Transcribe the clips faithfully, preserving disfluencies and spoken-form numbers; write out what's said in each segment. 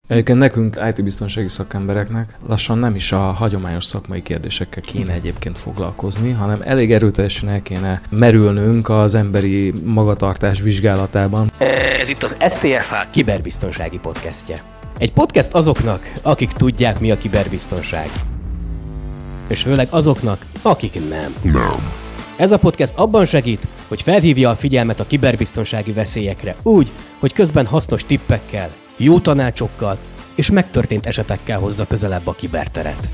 Egyébként nekünk í té-biztonsági szakembereknek lassan nem is a hagyományos szakmai kérdésekkel kéne egyébként foglalkozni, hanem elég erőteljesen el kéne merülnünk az emberi magatartás vizsgálatában. Ez itt az es té ef há kiberbiztonsági podcastje. Egy podcast azoknak, akik tudják, mi a kiberbiztonság. És főleg azoknak, akik nem. Nem. Ez a podcast abban segít, hogy felhívja a figyelmet a kiberbiztonsági veszélyekre úgy, hogy közben hasznos tippekkel, jó tanácsokkal és megtörtént esetekkel hozza közelebb a kiberteret.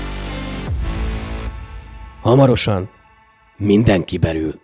Hamarosan minden kiberül.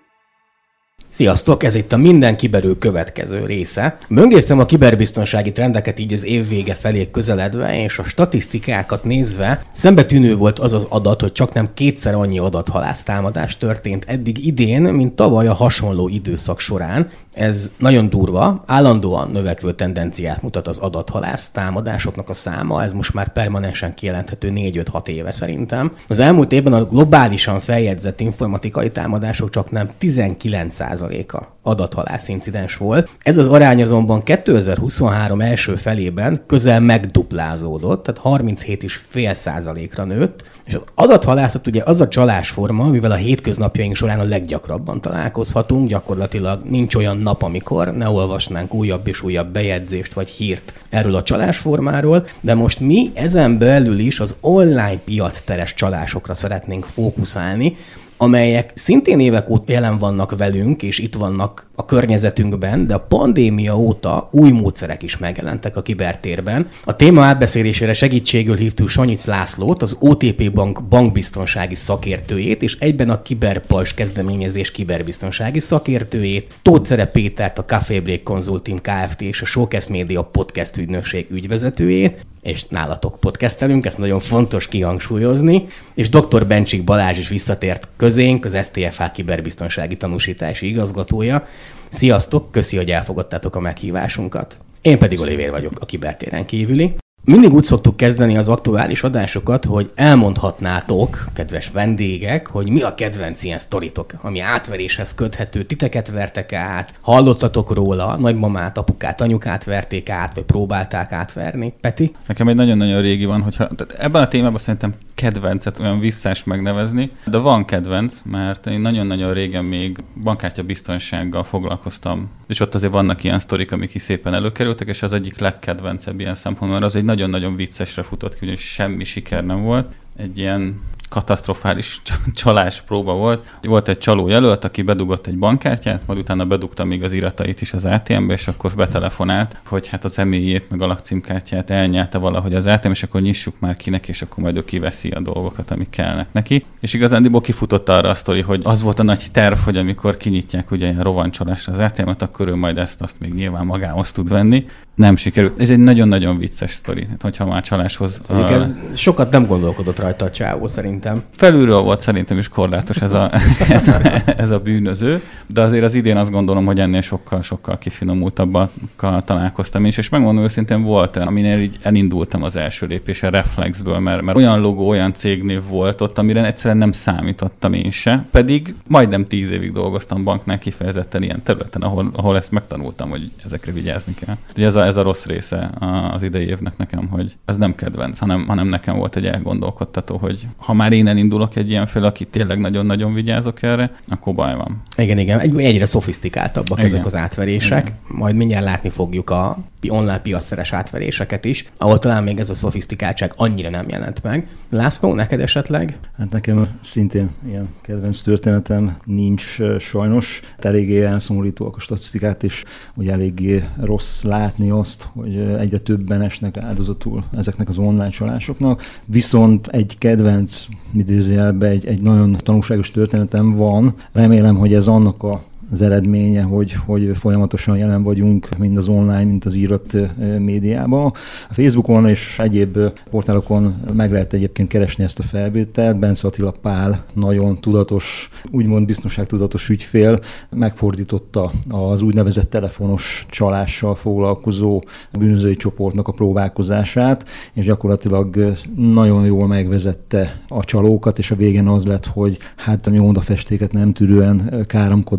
Sziasztok, ez itt a Minden kiberül következő része. Böngésztem a kiberbiztonsági trendeket így az év vége felé közeledve, és a statisztikákat nézve szembetűnő volt az az adat, hogy csaknem kétszer annyi adathalásztámadás történt eddig idén, mint tavaly a hasonló időszak során. Ez nagyon durva, állandóan növekvő tendenciát mutat az adathalásztámadásoknak a száma, ez most már permanensen kijelenthető négy-öt-hat éve szerintem. Az elmúlt évben a globálisan feljegyzett informatikai támadások csaknem tizenkilenc százaléka adathalász incidens volt. Ez az arány azonban kétezer-huszonhárom első felében közel megduplázódott, tehát harminchét egész öt százalékra nőtt, és az adathalászat ugye az a csalásforma, amivel a hétköznapjaink során a leggyakrabban találkozhatunk, gyakorlatilag nincs olyan nap, amikor ne olvasnánk újabb és újabb bejegyzést vagy hírt erről a csalásformáról, de most mi ezen belül is az online piacteres csalásokra szeretnénk fókuszálni, amelyek szintén évek óta jelen vannak velünk, és itt vannak a környezetünkben, de a pandémia óta új módszerek is megjelentek a kibertérben. A téma átbeszélésére segítségül hívtuk Sanyic Lászlót, az o té pé Bank bankbiztonsági szakértőjét, és egyben a Kiberpajzs kezdeményezés kiberbiztonsági szakértőjét, Tóth Pétert, a Café Break Consulting Kft. És a Showcase Media podcast ügynökség ügyvezetőjét, és nálatok podcastelünk, ezt nagyon fontos kihangsúlyozni, és dr. Bencsik Balázs is visszatért közénk, az es té ef há kiberbiztonsági tanúsítási igazgatója. Sziasztok, köszi, hogy elfogadtátok a meghívásunkat. Én pedig Olivér vagyok, a Kibertéren kívüli. Mindig úgy szoktuk kezdeni az aktuális adásokat, hogy elmondhatnátok, kedves vendégek, hogy mi a kedvenc ilyen sztoritok, ami átveréshez köthető, titeket vertek át, hallottatok róla, nagymamát, apukát, anyukát verték át, vagy próbálták átverni. Peti? Nekem egy nagyon-nagyon régi van, hogyha tehát ebben a témában szerintem kedvencet olyan visszás megnevezni, de van kedvenc, mert én nagyon-nagyon régen még bankkártya biztonsággal foglalkoztam, és ott azért vannak ilyen sztorik, amik is szépen előkerültek, és az egyik legkedvencebb ilyen szempontból, mert az egy nagyon-nagyon viccesre futott ki, ugyanis semmi siker nem volt. Egy ilyen katasztrofális csalás próba volt. Volt egy csalójelölt, aki bedugott egy bankkártyát, majd utána bedugta még az iratait is az á té em-be, és akkor betelefonált, hogy hát az e-mailjét meg a lakcímkártyát elnyelte valahogy az á té em, és akkor nyissuk már ki neki, és akkor majd ő kiveszi a dolgokat, amik kellnek neki. És igazándiból kifutott arra a sztori, hogy az volt a nagy terv, hogy amikor kinyitják ugye ilyen rovancsalásra az á té em-et, akkor ő majd ezt-azt még nyilván magához tud venni. Nem sikerült. Ez egy nagyon-nagyon vicces sztori, hogyha már csaláshoz... Uh... Ez sokat nem gondolkodott rajta a csávó szerintem. Felülről volt szerintem is korlátos ez a, ez, a, ez a bűnöző, de azért az idén azt gondolom, hogy ennél sokkal-sokkal kifinomultabbakkal találkoztam is, és megmondom őszintén volt, aminél így elindultam az első lépés a Reflexből, mert, mert olyan logó, olyan cégnév volt ott, amire egyszerűen nem számítottam én se, pedig majdnem tíz évig dolgoztam banknál kifejezetten ilyen területen, ahol, ahol ezt megtanultam, hogy ezekre vigyázni kell. Ugye ez a, ez a rossz része az idei évnek nekem, hogy ez nem kedvenc, hanem, hanem nekem volt egy elgondolkodtató, hogy ha már én elindulok egy ilyen fél, aki tényleg nagyon-nagyon vigyázok erre, akkor baj van. Igen, igen. Egy, egyre szofisztikáltabbak igen. ezek az átverések. Igen. Majd mindjárt látni fogjuk a online piacteres átveréseket is, ahol talán még ez a szofisztikáltság annyira nem jelent meg. László, neked esetleg? Hát nekem szintén ilyen kedvenc történetem nincs sajnos. Eléggé elszomorítóak a statisztikát, és ugye eléggé rossz látni azt, hogy egyre többen esnek áldozatul ezeknek az online csalásoknak. Viszont egy kedvenc, idézőjelben egy, egy nagyon tanulságos történetem van. Remélem, hogy ez annak a az eredménye, hogy, hogy folyamatosan jelen vagyunk, mind az online, mind az írott médiában. A Facebookon és egyéb portálokon meg lehet egyébként keresni ezt a felvételt. Bence Attila Pál, nagyon tudatos, úgymond biztonságtudatos ügyfél, megfordította az úgynevezett telefonos csalással foglalkozó bűnözői csoportnak a próbálkozását, és gyakorlatilag nagyon jól megvezette a csalókat, és a végén az lett, hogy hát a nyomdafestéket nem tűrően káromkodóan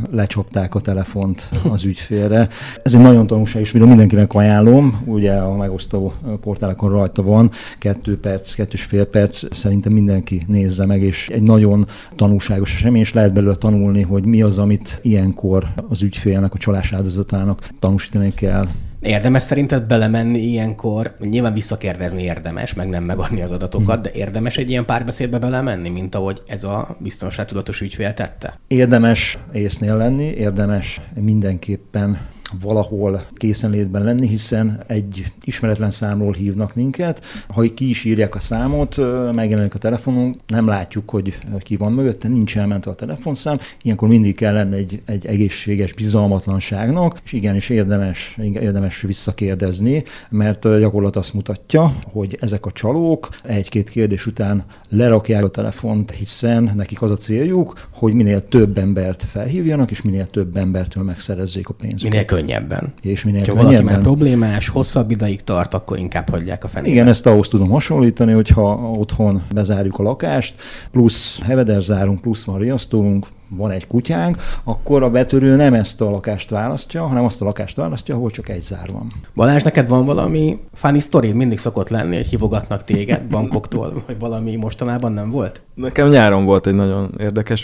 lecsapták a telefont az ügyfélre. Ez egy nagyon tanulságos videó, mindenkinek ajánlom, ugye a megosztó portálokon rajta van, kettő perc, kettős fél perc, szerintem mindenki nézze meg, és egy nagyon tanulságos esemény, és lehet belőle tanulni, hogy mi az, amit ilyenkor az ügyfélnek, a csalás áldozatának tanúsítani kell. Érdemes szerinted belemenni ilyenkor, nyilván visszakérdezni érdemes, meg nem megadni az adatokat, hmm. de érdemes egy ilyen párbeszédbe belemenni, mint ahogy ez a biztonságtudatos ügyfél tette? Érdemes észnél lenni, érdemes mindenképpen valahol készenlétben lenni, hiszen egy ismeretlen számról hívnak minket. Ha ki is írják a számot, megjelenik a telefonunk, nem látjuk, hogy ki van mögötte, nincs elmentve a telefonszám. Ilyenkor mindig kell lenni egy, egy egészséges bizalmatlanságnak, és igenis érdemes, érdemes visszakérdezni, mert gyakorlat azt mutatja, hogy ezek a csalók egy-két kérdés után lerakják a telefont, hiszen nekik az a céljuk, hogy minél több embert felhívjanak, és minél több embertől megszerezzék a pénzüket. Minél könnyebben. És minél ha könnyebben. valaki már problémás, hosszabb ideig tart, akkor inkább hagyják a fenébe. Igen, ezt ahhoz tudom hasonlítani, hogyha otthon bezárjuk a lakást, plusz hevederzárunk, plusz van riasztónk, van egy kutyánk, akkor a betörő nem ezt a lakást választja, hanem azt a lakást választja, ahol csak egy zár van. Balázs, neked van valami funny story? Mindig szokott lenni, hogy hívogatnak téged bankoktól, vagy valami mostanában nem volt? Nekem nyáron volt egy nagyon érdekes,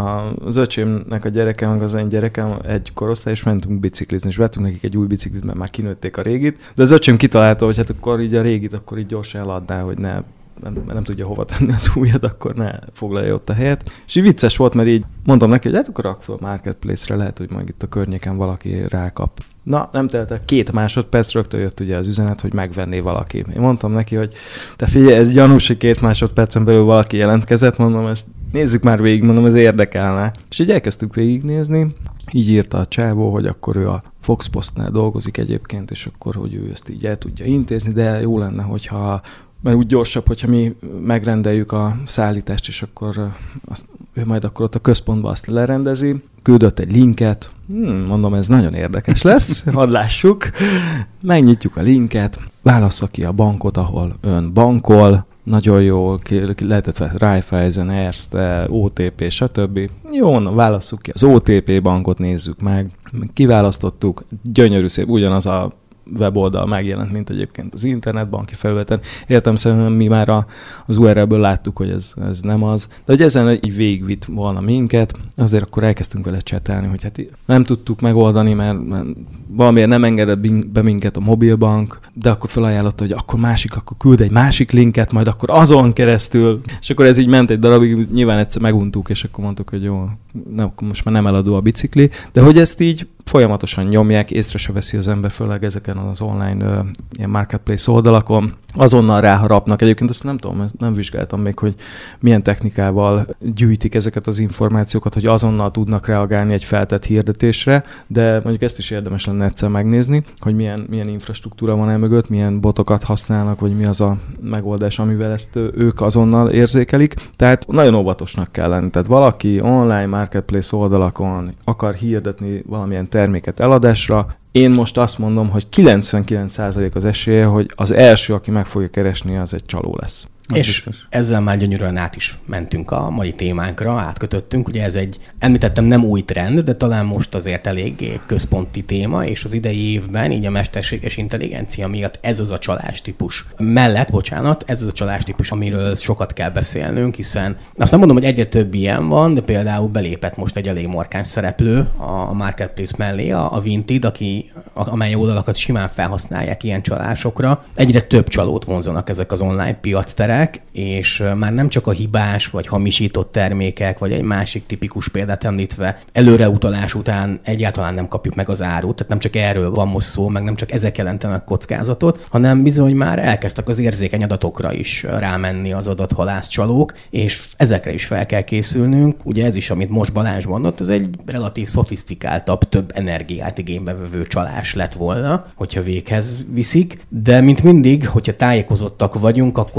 az öcsémnek a gyereke, meg az én gyerekem egy korosztály, és mentünk biciklizni, és vettünk nekik egy új biciklit, mert már kinőtték a régit, de az öcsém kitalálta, hogy hát akkor így a régit, akkor így gyorsan eladná, hogy ne Nem, nem tudja hova tenni az újat, akkor ne foglalja ott a helyet. És így vicces volt, mert így mondtam neki, hogy hát akkor rak fel a Marketplace-re, lehet, hogy majd itt a környéken valaki rákap. Na, nem telt el két másodperc, rögtön jött ugye az üzenet, hogy megvenné valaki. Én mondtam neki, hogy te figyelj, ez gyanús, hogy két másodpercen belül valaki jelentkezett, mondom, ezt nézzük már végig, mondom, ez érdekelne. És így elkezdtük végignézni, így írta a csávó, hogy akkor ő a Fox Postnál dolgozik egyébként, és akkor, hogy ő ezt így el tudja intézni, de jó lenne, hogyha mert úgy gyorsabb, hogyha mi megrendeljük a szállítást, és akkor azt, ő majd akkor ott a központban azt lerendezi. Küldött egy linket, hmm, mondom, ez nagyon érdekes lesz, hadd lássuk. Megnyitjuk a linket, válassza ki a bankot, ahol ön bankol, nagyon jó, lehetett vett Raiffeisen, Erste, o té pé, stb. Jó, na, válasszuk ki az o té pé bankot, nézzük meg. Kiválasztottuk, gyönyörű szép, ugyanaz a weboldal megjelent, mint egyébként az internetbanki felületen. Értem szerintem mi már a, az u er el-ből láttuk, hogy ez, ez nem az. De hogy ezen így végigvitt volna minket, azért akkor elkezdtünk vele csetelni, hogy hát nem tudtuk megoldani, mert, mert valamiért nem engedett be minket a mobilbank, de akkor felajánlotta, hogy akkor másik, akkor küld egy másik linket, majd akkor azon keresztül. És akkor ez így ment egy darabig, nyilván egyszer meguntuk, és akkor mondtuk, hogy jó, nem, akkor most már nem eladó a bicikli, de hogy ezt így folyamatosan nyomják, észre se veszi az ember, főleg ezeken az online uh, ilyen marketplace oldalakon. Azonnal ráharapnak. Egyébként ezt nem tudom, nem vizsgáltam még, hogy milyen technikával gyűjtik ezeket az információkat, hogy azonnal tudnak reagálni egy feltett hirdetésre, de mondjuk ezt is érdemes lenne egyszer megnézni, hogy milyen, milyen infrastruktúra van el mögött, milyen botokat használnak, vagy mi az a megoldás, amivel ezt ők azonnal érzékelik. Tehát nagyon óvatosnak kell lenni. Tehát valaki online marketplace oldalakon akar hirdetni valamilyen terméket eladásra, én most azt mondom, hogy kilencvenkilenc százalék az esélye, hogy az első, aki meg fogja keresni, az egy csaló lesz. És biztos. Ezzel már gyönyörűen át is mentünk a mai témánkra, átkötöttünk. Ugye ez egy, említettem, nem új trend, de talán most azért eléggé központi téma, és az idei évben így a mesterséges intelligencia miatt ez az a csalástípus mellett, bocsánat, ez az a csalástípus, amiről sokat kell beszélnünk, hiszen azt nem mondom, hogy egyre több ilyen van, de például belépett most egy elég markáns szereplő a Marketplace mellé, a, a Vinted, aki, amely oldalakat simán felhasználják ilyen csalásokra. Egyre több csalót vonzanak ezek az online piacterek, és már nem csak a hibás vagy hamisított termékek, vagy egy másik tipikus példát említve, előreutalás után egyáltalán nem kapjuk meg az árut, tehát nem csak erről van most szó, meg nem csak ezek jelentenek kockázatot, hanem bizony már elkezdtek az érzékeny adatokra is rámenni az adathalászcsalók, és ezekre is fel kell készülnünk. Ugye ez is, amit most Balázs mondott, ez egy relatív szofisztikáltabb, több energiát igénybe vevő csalás lett volna, hogyha véghez viszik, de mint mindig, hogyha tájékozottak vagyunk, akkor talán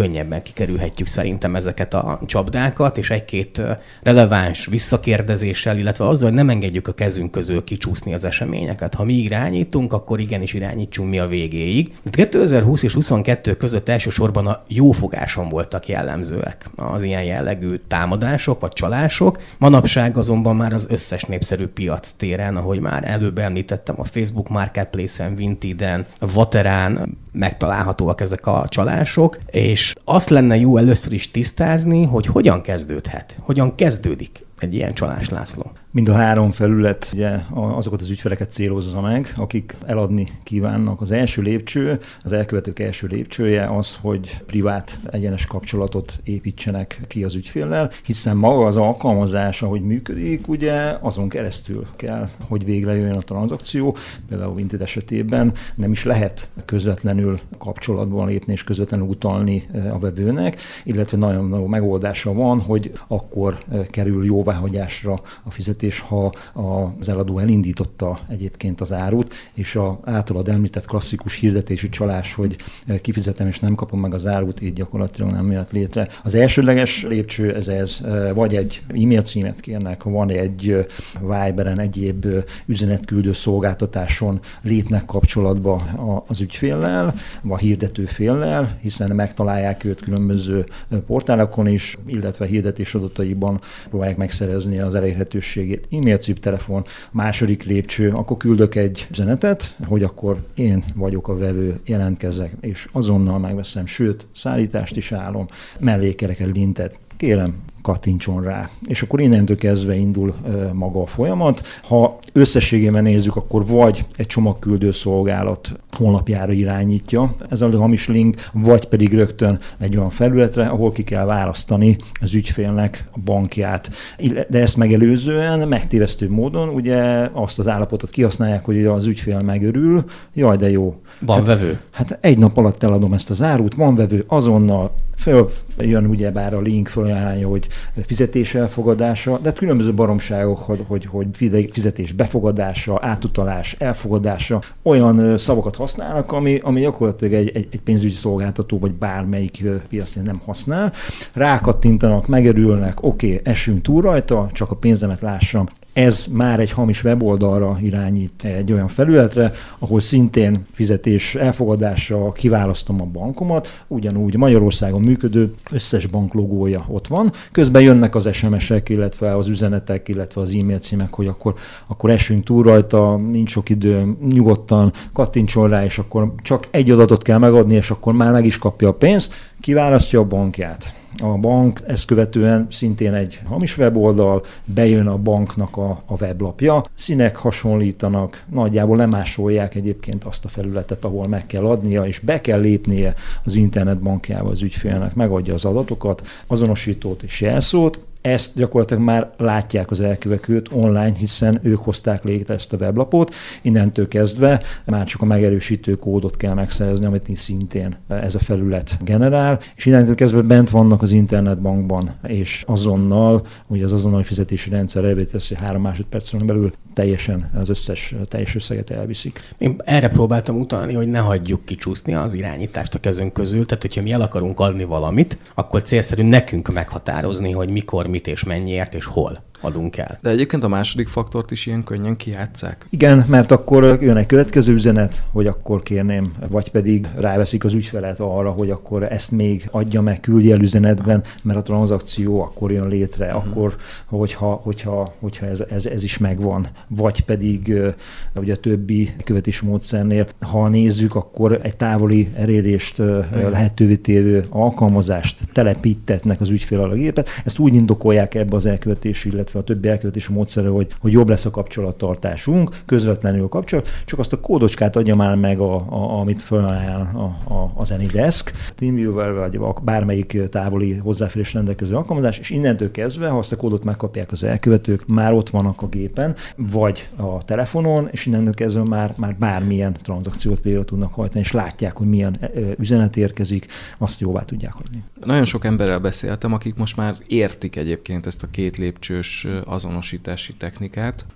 könnyebben kikerülhetjük szerintem ezeket a csapdákat, és egy-két releváns visszakérdezéssel, illetve azzal, hogy nem engedjük a kezünk közül kicsúszni az eseményeket. Ha mi irányítunk, akkor igenis irányítsunk mi a végéig. kétezer-húsz és huszonkettő között elsősorban a jófogáson voltak jellemzőek az ilyen jellegű támadások vagy csalások. Manapság azonban már az összes népszerű piac téren, ahogy már előbb említettem, a Facebook Marketplace-en, Vinted-en, Vaterán megtalálhatóak ezek a csalások, és azt lenne jó először is tisztázni, hogy hogyan kezdődhet, hogyan kezdődik egy ilyen csalás, László. Mind a három felület ugye azokat az ügyfeleket célozza meg, akik eladni kívánnak. Az első lépcső, az elkövetők első lépcsője az, hogy privát egyenes kapcsolatot építsenek ki az ügyféllel, hiszen maga az alkalmazás, ahogy működik, ugye azon keresztül kell, hogy végre jöjjön a tranzakció. Például Vinted esetében nem is lehet közvetlenül kapcsolatban lépni és közvetlenül utalni a vevőnek, illetve nagyon nagy megoldása van, hogy akkor kerül jóváhagyásra a fizetés, ha az eladó elindította egyébként az árut, és az általad említett klasszikus hirdetési csalás, hogy kifizetem és nem kapom meg az árut, így gyakorlatilag nem jött létre. Az elsődleges lépcső ez, ez vagy egy e-mail címet kérnek, van egy Viberen, egyéb üzenetküldő szolgáltatáson lépnek kapcsolatba az ügyféllel, vagy hirdetőféllel, hiszen megtalálják őt különböző portálokon is, illetve hirdetés adataiban próbálják megszerezni az elérhetőségét. E-mail, cím, telefon, második lépcső, akkor küldök egy üzenetet, hogy akkor én vagyok a vevő, jelentkezzek, és azonnal megveszem, sőt, szállítást is állom, mellékelek egy lintet, kérem, kattintson rá. És akkor innentől kezdve indul e, maga a folyamat. Ha összességében nézzük, akkor vagy egy csomagküldő szolgálat honlapjára irányítja ez a hamis link, vagy pedig rögtön egy olyan felületre, ahol ki kell választani az ügyfélnek a bankját. De ezt megelőzően megtévesztő módon ugye azt az állapotot kihasználják, hogy az ügyfél megörül, jaj, de jó. Van hát, vevő. Hát egy nap alatt eladom ezt az árut, van vevő, azonnal föl jön ugyebár a link fölajánlja, hogy fizetés elfogadása, de különböző baromságok, hogy, hogy, hogy fizetés befogadása, átutalás, elfogadása, olyan szavakat használnak, ami, ami gyakorlatilag egy, egy, egy pénzügyi szolgáltató, vagy bármelyik piacnél nem használ. Rákattintanak, megerülnek, oké, okay, esünk túl rajta, csak a pénzemet lássam. Ez már egy hamis weboldalra irányít egy olyan felületre, ahol szintén fizetés elfogadása, kiválasztom a bankomat, ugyanúgy Magyarországon működő összes bank logója ott van. Közben jönnek az es em es-ek, illetve az üzenetek, illetve az e-mail címek, hogy akkor, akkor esünk túl rajta, nincs sok idő, nyugodtan kattintson rá, és akkor csak egy adatot kell megadni, és akkor már meg is kapja a pénzt, kiválasztja a bankját. A bank ezt követően szintén egy hamis weboldal, bejön a banknak a, a weblapja, színek hasonlítanak, nagyjából lemásolják egyébként azt a felületet, ahol meg kell adnia, és be kell lépnie az internetbankjába az ügyfélnek, megadja az adatokat, azonosítót és jelszót. Ezt gyakorlatilag már látják az elkövetőt online, hiszen ők hozták létre ezt a weblapot. Innentől kezdve már csak a megerősítő kódot kell megszerezni, amit szintén ez a felület generál, és innentől kezdve bent vannak az internetbankban, és azonnal, ugye az azonnali fizetési rendszer elvéteszi három másodpercen belül teljesen az összes teljes összeget elviszik. Én erre próbáltam utalni, hogy ne hagyjuk kicsúszni az irányítást a kezünk közül, tehát hogyha mi el akarunk adni valamit, akkor célszerű nekünk meghatározni, hogy mikor, mit és mennyiért és hol adunk el. De egyébként a második faktort is ilyen könnyen kijátsszák. Igen, mert akkor jön egy következő üzenet, hogy akkor kérném, vagy pedig ráveszik az ügyfelet arra, hogy akkor ezt még adja meg, küldje el üzenetben, mert a tranzakció akkor jön létre, uh-huh. akkor, hogyha, hogyha, hogyha ez, ez, ez is megvan. Vagy pedig ugye a többi követési módszernél, ha nézzük, akkor egy távoli elérést uh-huh. lehetővé tévő alkalmazást telepítetnek az ügyfél a gépet. Ezt úgy indokolják ebbe az elkövetési, illetve a többi elkövetési módszere, hogy, hogy jobb lesz a kapcsolattartásunk, közvetlenül a kapcsolat, csak azt a kódocskát adja már meg, a, a, amit felajánl a, a, az AnyDesk, TeamViewer vagy bármelyik távoli hozzáférés rendelkező alkalmazás, és innentől kezdve, ha azt a kódot megkapják az elkövetők, már ott vannak a gépen, vagy a telefonon, és innentől kezdve már, már bármilyen tranzakciót végre tudnak hajtani, és látják, hogy milyen üzenet érkezik, azt jóvá tudják hagyni. Nagyon sok emberrel beszéltem, akik most már értik egyébként ezt a két lépcsős azonosítási technikát.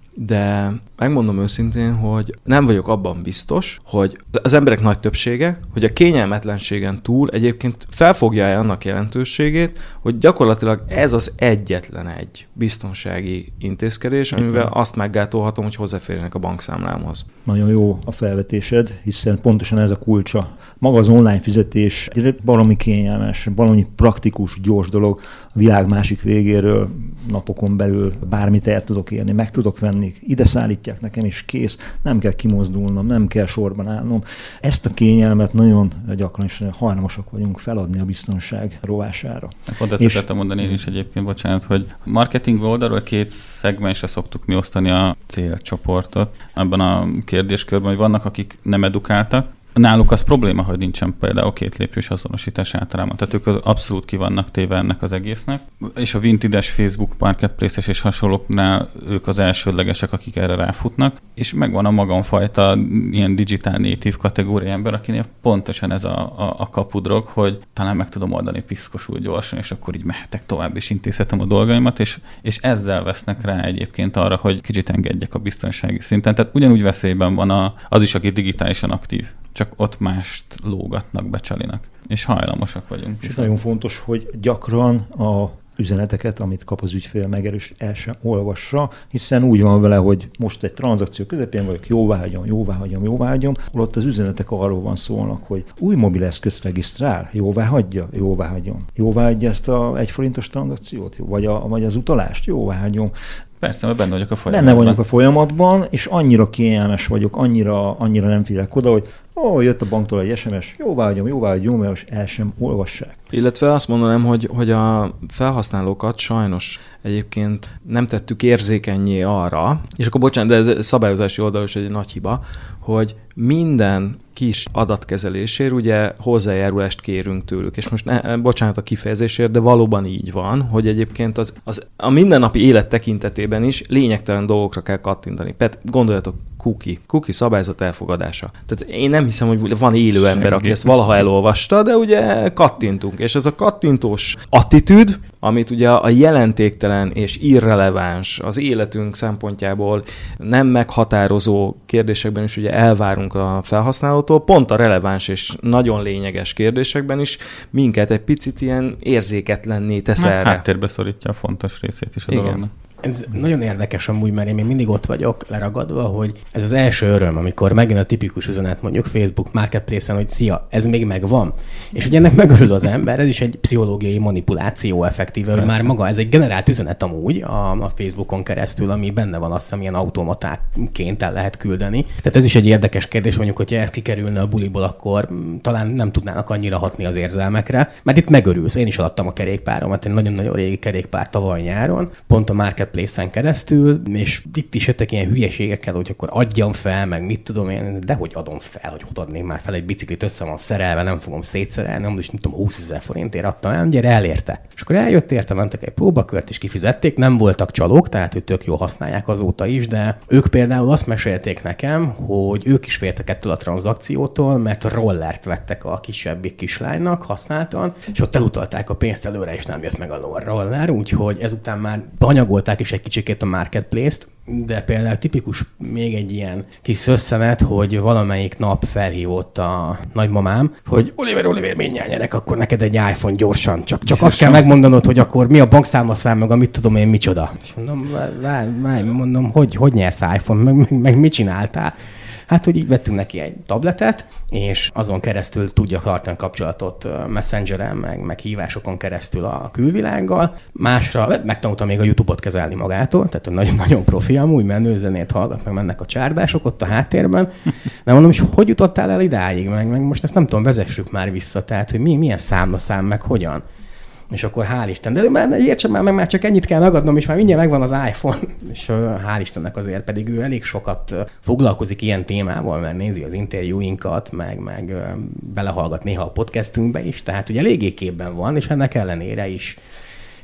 de megmondom őszintén, hogy nem vagyok abban biztos, hogy az emberek nagy többsége, hogy a kényelmetlenségen túl egyébként felfogja annak jelentőségét, hogy gyakorlatilag ez az egyetlen egy biztonsági intézkedés, amivel azt meggátolhatom, hogy hozzáférjenek a bankszámlámhoz. Nagyon jó a felvetésed, hiszen pontosan ez a kulcsa. Maga az online fizetés baromi kényelmes, baromi praktikus, gyors dolog. A világ másik végéről napokon belül bármit el tudok érni, meg tudok venni, ide szállítják nekem is, kész, nem kell kimozdulnom, nem kell sorban állnom. Ezt a kényelmet nagyon gyakran is hajlamosak vagyunk feladni a biztonság rovására. Pont ezt akartam mondani én is egyébként, bocsánat, hogy marketing oldalról két szegmensre szoktuk mi osztani a célcsoportot. Abban a kérdéskörben, hogy vannak, akik nem edukáltak, náluk az probléma, hogy nincsen például két lépcsős azonosítás általában. Tehát ők abszolút ki vannak téve ennek az egésznek. És a Vinted-es, Facebook, Marketplace-es és hasonlóknál ők az elsődlegesek, akik erre ráfutnak. És megvan a magamfajta ilyen digital native kategória ember, akinél pontosan ez a, a, a kapudrog, hogy talán meg tudom oldani piszkosul gyorsan, és akkor így mehetek tovább, és intézhetem a dolgaimat, és, és ezzel vesznek rá egyébként arra, hogy kicsit engedjek a biztonsági szinten. Tehát ugyanúgy veszélyben van a, az is, aki digitálisan aktív. Csak ott mást lógatnak, becsalinak. És hajlamosak vagyunk. És nagyon fontos, hogy gyakran a üzeneteket, amit kap az ügyfél, megerős el sem olvassa, hiszen úgy van vele, hogy most egy tranzakció közepén vagyok, jóváhagyom, jóváhagyom, jóváhagyom, holott az üzenetek arról van szólnak, hogy új mobileszközt regisztrál, jóváhagyja, jóváhagyom. Jóváhagyja ezt a egy forintos tranzakciót, vagy, a, vagy az utalást, jóváhagyom. Persze, mert benne vagyok a folyamatban. Benne vagyok a folyamatban, és annyira kényelmes vagyok, annyira, annyira nem figyelek oda, hogy ó, jött a banktól egy es em es, jóváhagyom, jóváhagyom, és el sem olvassák. Illetve azt mondanám, hogy, hogy a felhasználókat sajnos egyébként nem tettük érzékennyé arra, és akkor bocsánat, de ez szabályozási oldalon is egy nagy hiba, hogy minden kis adatkezelésért ugye hozzájárulást kérünk tőlük. És most ne, bocsánat a kifejezésért, de valóban így van, hogy egyébként az, az a mindennapi élet tekintetében is lényegtelen dolgokra kell kattintani. Pet, gondoljatok, cookie, cookie szabályzat elfogadása. Tehát én nem hiszem, hogy van élő ember, Senki. aki ezt valaha elolvasta, de ugye kattintunk. És ez a kattintós attitűd, amit ugye a jelentéktelen és irreleváns, az életünk szempontjából nem meghatározó kérdésekben is ugye elvárunk a felhasználótól, pont a releváns és nagyon lényeges kérdésekben is minket egy picit ilyen érzéketlenné tesz hát erre. Háttérbe szorítja a fontos részét is a Igen. dolognak. Ez nagyon érdekes amúgy, mert én még mindig ott vagyok leragadva, hogy ez az első öröm, amikor megint a tipikus üzenet mondjuk Facebook Marketplace-en, hogy szia, ez még megvan. És ugye ennek megörül az ember, ez is egy pszichológiai manipuláció effektíve, hogy már maga ez egy generált üzenet amúgy a, a Facebookon keresztül, ami benne van, azt hiszem, ilyen automatáként el lehet küldeni. Tehát ez is egy érdekes kérdés, mondjuk, hogyha ez kikerülne a buliból, akkor talán nem tudnának annyira hatni az érzelmekre, mert itt megörülsz. Én is alattam a kerékpáromat, egy nagyon-nagyon régi kerékpár tavaly nyáron, pont a Market Place-en keresztül, és itt is jöttek ilyen hülyeségekkel, hogy akkor adjam fel, meg mit tudom én, de hogy adom fel, hogy hogy adném már fel egy biciklit, össze van szerelve, nem fogom szétszerelni, nem is tudom, húszezer forintért adtam el, gyere, elérte. És akkor eljött érte, mentek egy próbakört, és kifizették, nem voltak csalók, tehát hogy tök jól használják azóta is, de ők például azt mesélték nekem, hogy ők is féltek ettől a tranzakciótól, mert rollert vettek a kisebbik kislánynak, használtan, és ott elutalták a pénzt előre, és nem jött meg a roller, úgyhogy ezután már hanyagolták is egy kicsikét a Marketplace-t, de például tipikus még egy ilyen kis összenet, hogy valamelyik nap felhívott a nagymamám, hogy Oliver, Oliver, mindjárt gyerek, akkor neked egy iPhone gyorsan, csak, csak azt kell megmondanod, hogy akkor mi a bankszámlaszám, meg a mit tudom én, micsoda. És mondom, várj, várj, mondom, hogy, hogy nyersz iPhone, meg, meg, meg mit csináltál? Hát, hogy így vettünk neki egy tabletet, és azon keresztül tudja tartani kapcsolatot Messengeren, meg, meg hívásokon keresztül a külvilággal. Másra megtanulta még a YouTube-ot kezelni magától, tehát nagyon, nagyon profi amúgy, menő zenét hallgat, meg mennek a csárdások ott a háttérben. De mondom, és hogy jutottál el idáig, meg, meg most ezt nem tudom, vezessük már vissza, tehát hogy mi, milyen számlaszám, meg hogyan. És akkor hál' Isten, de már értsem már, meg már csak ennyit kell megadnom, és már mindjárt megvan az iPhone. És hál' Istennek azért pedig ő elég sokat foglalkozik ilyen témával, mert nézi az interjúinkat, meg, meg belehallgat néha a podcastünkbe is, tehát ugye eléggé képben van, és ennek ellenére is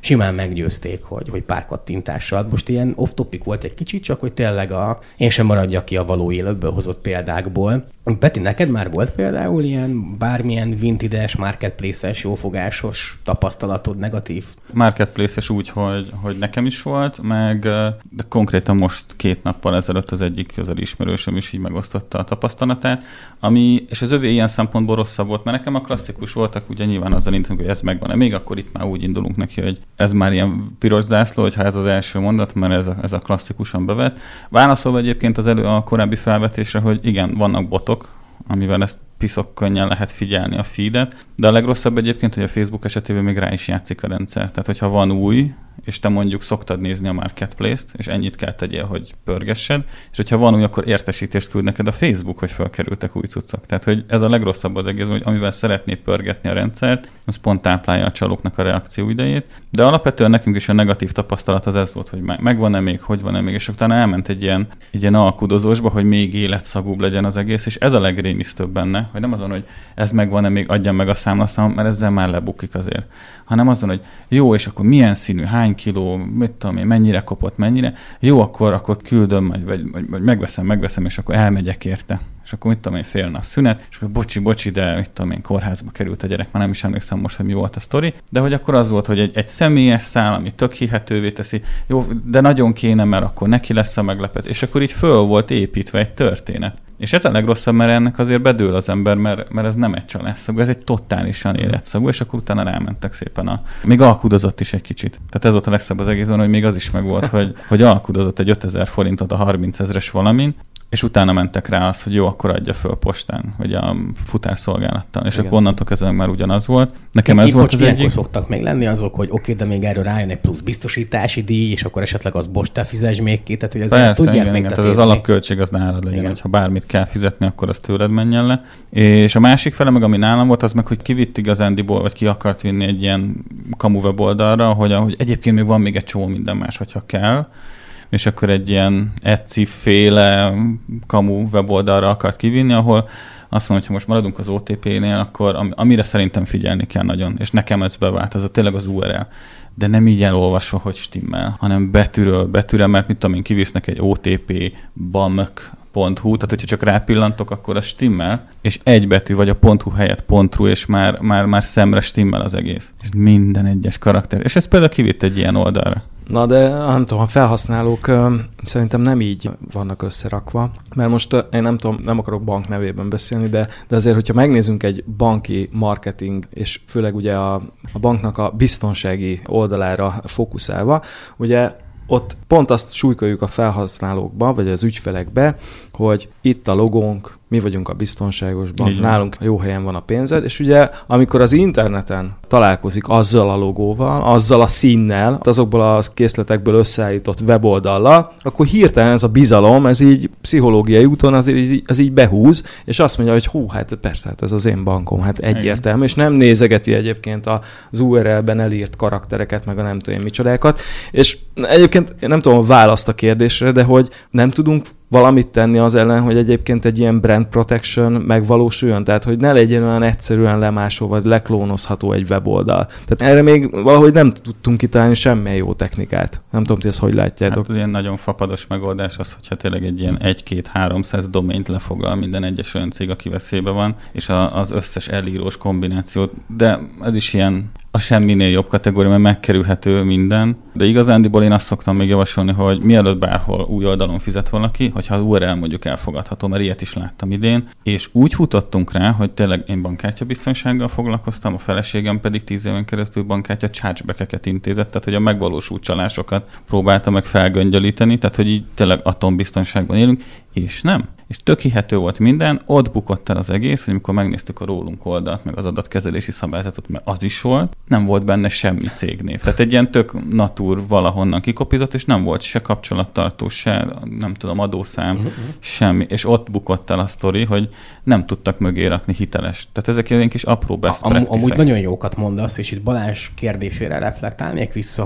simán meggyőzték, hogy, hogy pár kattintással. Most ilyen off-topic volt egy kicsit, csak hogy tényleg a, én sem maradjak ki a való életből hozott példákból. Peti, neked már volt például ilyen bármilyen vintage-es, marketplace-es, jófogásos tapasztalatod negatív? Marketplace-es úgy, hogy, hogy nekem is volt, meg de konkrétan most két nappal ezelőtt az egyik közeli ismerősöm is így megosztotta a tapasztalatát, ami, és az övé ilyen szempontból rosszabb volt, mert nekem a klasszikus voltak, ugye nyilván azzal indulunk, hogy ez megvan-e még, akkor itt már úgy indulunk neki, hogy ez már ilyen piros zászló, hogyha ez az első mondat, mert ez a, ez a klasszikusan bevet. Válaszolva egyébként az elő a korábbi felvetésre, hogy igen, vannak botok, amivel ezt piszok könnyen lehet figyelni a feedet, de a legrosszabb egyébként, hogy a Facebook esetében még rá is játszik a rendszer. Tehát, hogyha van új, és te mondjuk szoktad nézni a marketplace-t, és ennyit kell tegyél, hogy pörgessed, és hogyha van új, akkor értesítést küld neked a Facebook, hogy felkerültek új cuccok. Tehát, hogy ez a legrosszabb az egész, hogy amivel szeretné pörgetni a rendszert, az pont táplálja a csalóknak a reakció idejét. De alapvetően nekünk is a negatív tapasztalat az ez volt, hogy megvan-e még, hogy van-e még, és utána elment egy ilyen, egy ilyen alkudozósba, hogy még életszagúbb legyen az egész, és ez a legrémisztőbb benne, hogy nem azon, hogy ez megvan-e még, adjam meg a számlaszám, mert ezzel már lebukik azért, hanem azon, hogy jó, és akkor milyen színű, hány kiló, mit tudom én, mennyire kopott, mennyire, jó, akkor, akkor küldöm, vagy, vagy, vagy megveszem, megveszem, és akkor elmegyek érte. És akkor mit tudom én, fél nap szünet, és akkor bocsi, bocsi, de mit tudom én, kórházba került a gyerek, már nem is emlékszem most, hogy mi volt a sztori, de hogy akkor az volt, hogy egy, egy személyes szál, ami tök hihetővé teszi, jó, de nagyon kéne, mert akkor neki lesz a meglepet, és akkor így föl volt építve egy történet. És ez a legrosszabb, mert ennek azért bedől az ember, mert, mert ez nem egy csalásszagú, ez egy totálisan életszagú, és akkor utána rámentek szépen a... Még alkudozott is egy kicsit. Tehát ez volt a legszebb az egészben, hogy még az is megvolt, hogy, hogy alkudozott egy ötezer forintot a harminc ezres valamin, és utána mentek rá az, hogy jó, akkor adja föl postán, vagy a futárszolgálattal. És igen. Akkor onnantól kezdve már ugyanaz volt. Nekem ez volt az egyik. Szoktak még lenni azok, hogy oké, de még erről rájön egy plusz biztosítási díj, és akkor esetleg az bocs, te fizesd még ki, tehát hogy azért persze, ezt tudják igen, még igen. Tehát az alapköltség az nálad legyen, igen. Hogyha bármit kell fizetni, akkor az tőled menjen le. És a másik fele, meg ami nálam volt, az meg, hogy kivitt igazándiból, vagy ki akart vinni egy ilyen kamu weboldalra, hogy, hogy egyébként még van még egy csomó minden más, hogyha kell. És akkor egy ilyen Etsy-féle kamu weboldalra akart kivinni, ahol azt mondom, hogy ha most maradunk az o té pé-nél, akkor amire szerintem figyelni kell nagyon, és nekem ez bevált, az a tényleg az u er el. De nem így elolvasva, hogy stimmel, hanem betűről betűre, mert mit tudom én, kivisznek egy o té pé bamk pont hu, tehát hogyha csak rápillantok, akkor az stimmel, és egy betű, vagy a .hu helyett .ru, és már, már, már szemre stimmel az egész. És minden egyes karakter. És ez például kivitt egy ilyen oldalra. Na de nem tudom, a felhasználók uh, szerintem nem így vannak összerakva, mert most uh, én nem tudom, nem akarok bank nevében beszélni, de, de azért, hogyha megnézzünk egy banki marketing, és főleg ugye a, a banknak a biztonsági oldalára fókuszálva, ugye ott pont azt súlykoljuk a felhasználókba, vagy az ügyfelekbe, hogy itt a logónk, mi vagyunk a biztonságos bank, nálunk jó helyen van a pénzed, és ugye amikor az interneten találkozik azzal a logóval, azzal a színnel, azokból a készletekből összeállított weboldallal, akkor hirtelen ez a bizalom, ez így pszichológiai úton azért így, ez így behúz, és azt mondja, hogy hú, hát persze, hát ez az én bankom, hát egyértelmű, és nem nézegeti egyébként az u er el-ben elírt karaktereket, meg a nem tudom micsodákat, és egyébként nem tudom a választ a kérdésre, de hogy nem tudunk valamit tenni az ellen, hogy egyébként egy ilyen brand protection megvalósuljon, tehát hogy ne legyen olyan egyszerűen lemásolva, vagy leklónozható egy weboldal. Tehát erre még valahogy nem tudtunk kitalálni semmilyen jó technikát. Nem tudom, ti ezt hogy látjátok. Hát az ilyen nagyon fapados megoldás az, hogyha tényleg egy ilyen egy-két-háromszáz domaint lefoglal minden egyes olyan cég, aki veszélybe van, és a, az összes elírós kombinációt, de ez is ilyen a semminél jobb kategória, mert megkerülhető minden. De igazándiból én azt szoktam még javasolni, hogy mielőtt bárhol új oldalon fizet valaki, hogyha az u er el mondjuk elfogadható, mert ilyet is láttam idén, és úgy futottunk rá, hogy tényleg én bankkártyabiztonsággal foglalkoztam, a feleségem pedig tíz éven keresztül bankkártya chargeback-eket intézett, tehát hogy a megvalósult csalásokat próbálta meg felgöngyölíteni, tehát hogy így tényleg atombiztonságban élünk, és nem. És tök hihető volt minden, ott bukott el az egész, hogy amikor megnéztük a rólunk oldalt, meg az adatkezelési szabályzatot, mert az is volt, nem volt benne semmi cégnév. Tehát egy ilyen tök natúr valahonnan kikopizott, és nem volt se kapcsolattartó, se nem tudom, adószám, uh-huh. semmi. És ott bukott el a sztori, hogy nem tudtak mögé rakni hiteles. Tehát ezek ilyen kis apró best practice-ek. Amúgy nagyon jókat mondasz, és itt Balázs kérdésére reflektálnék vissza, hogy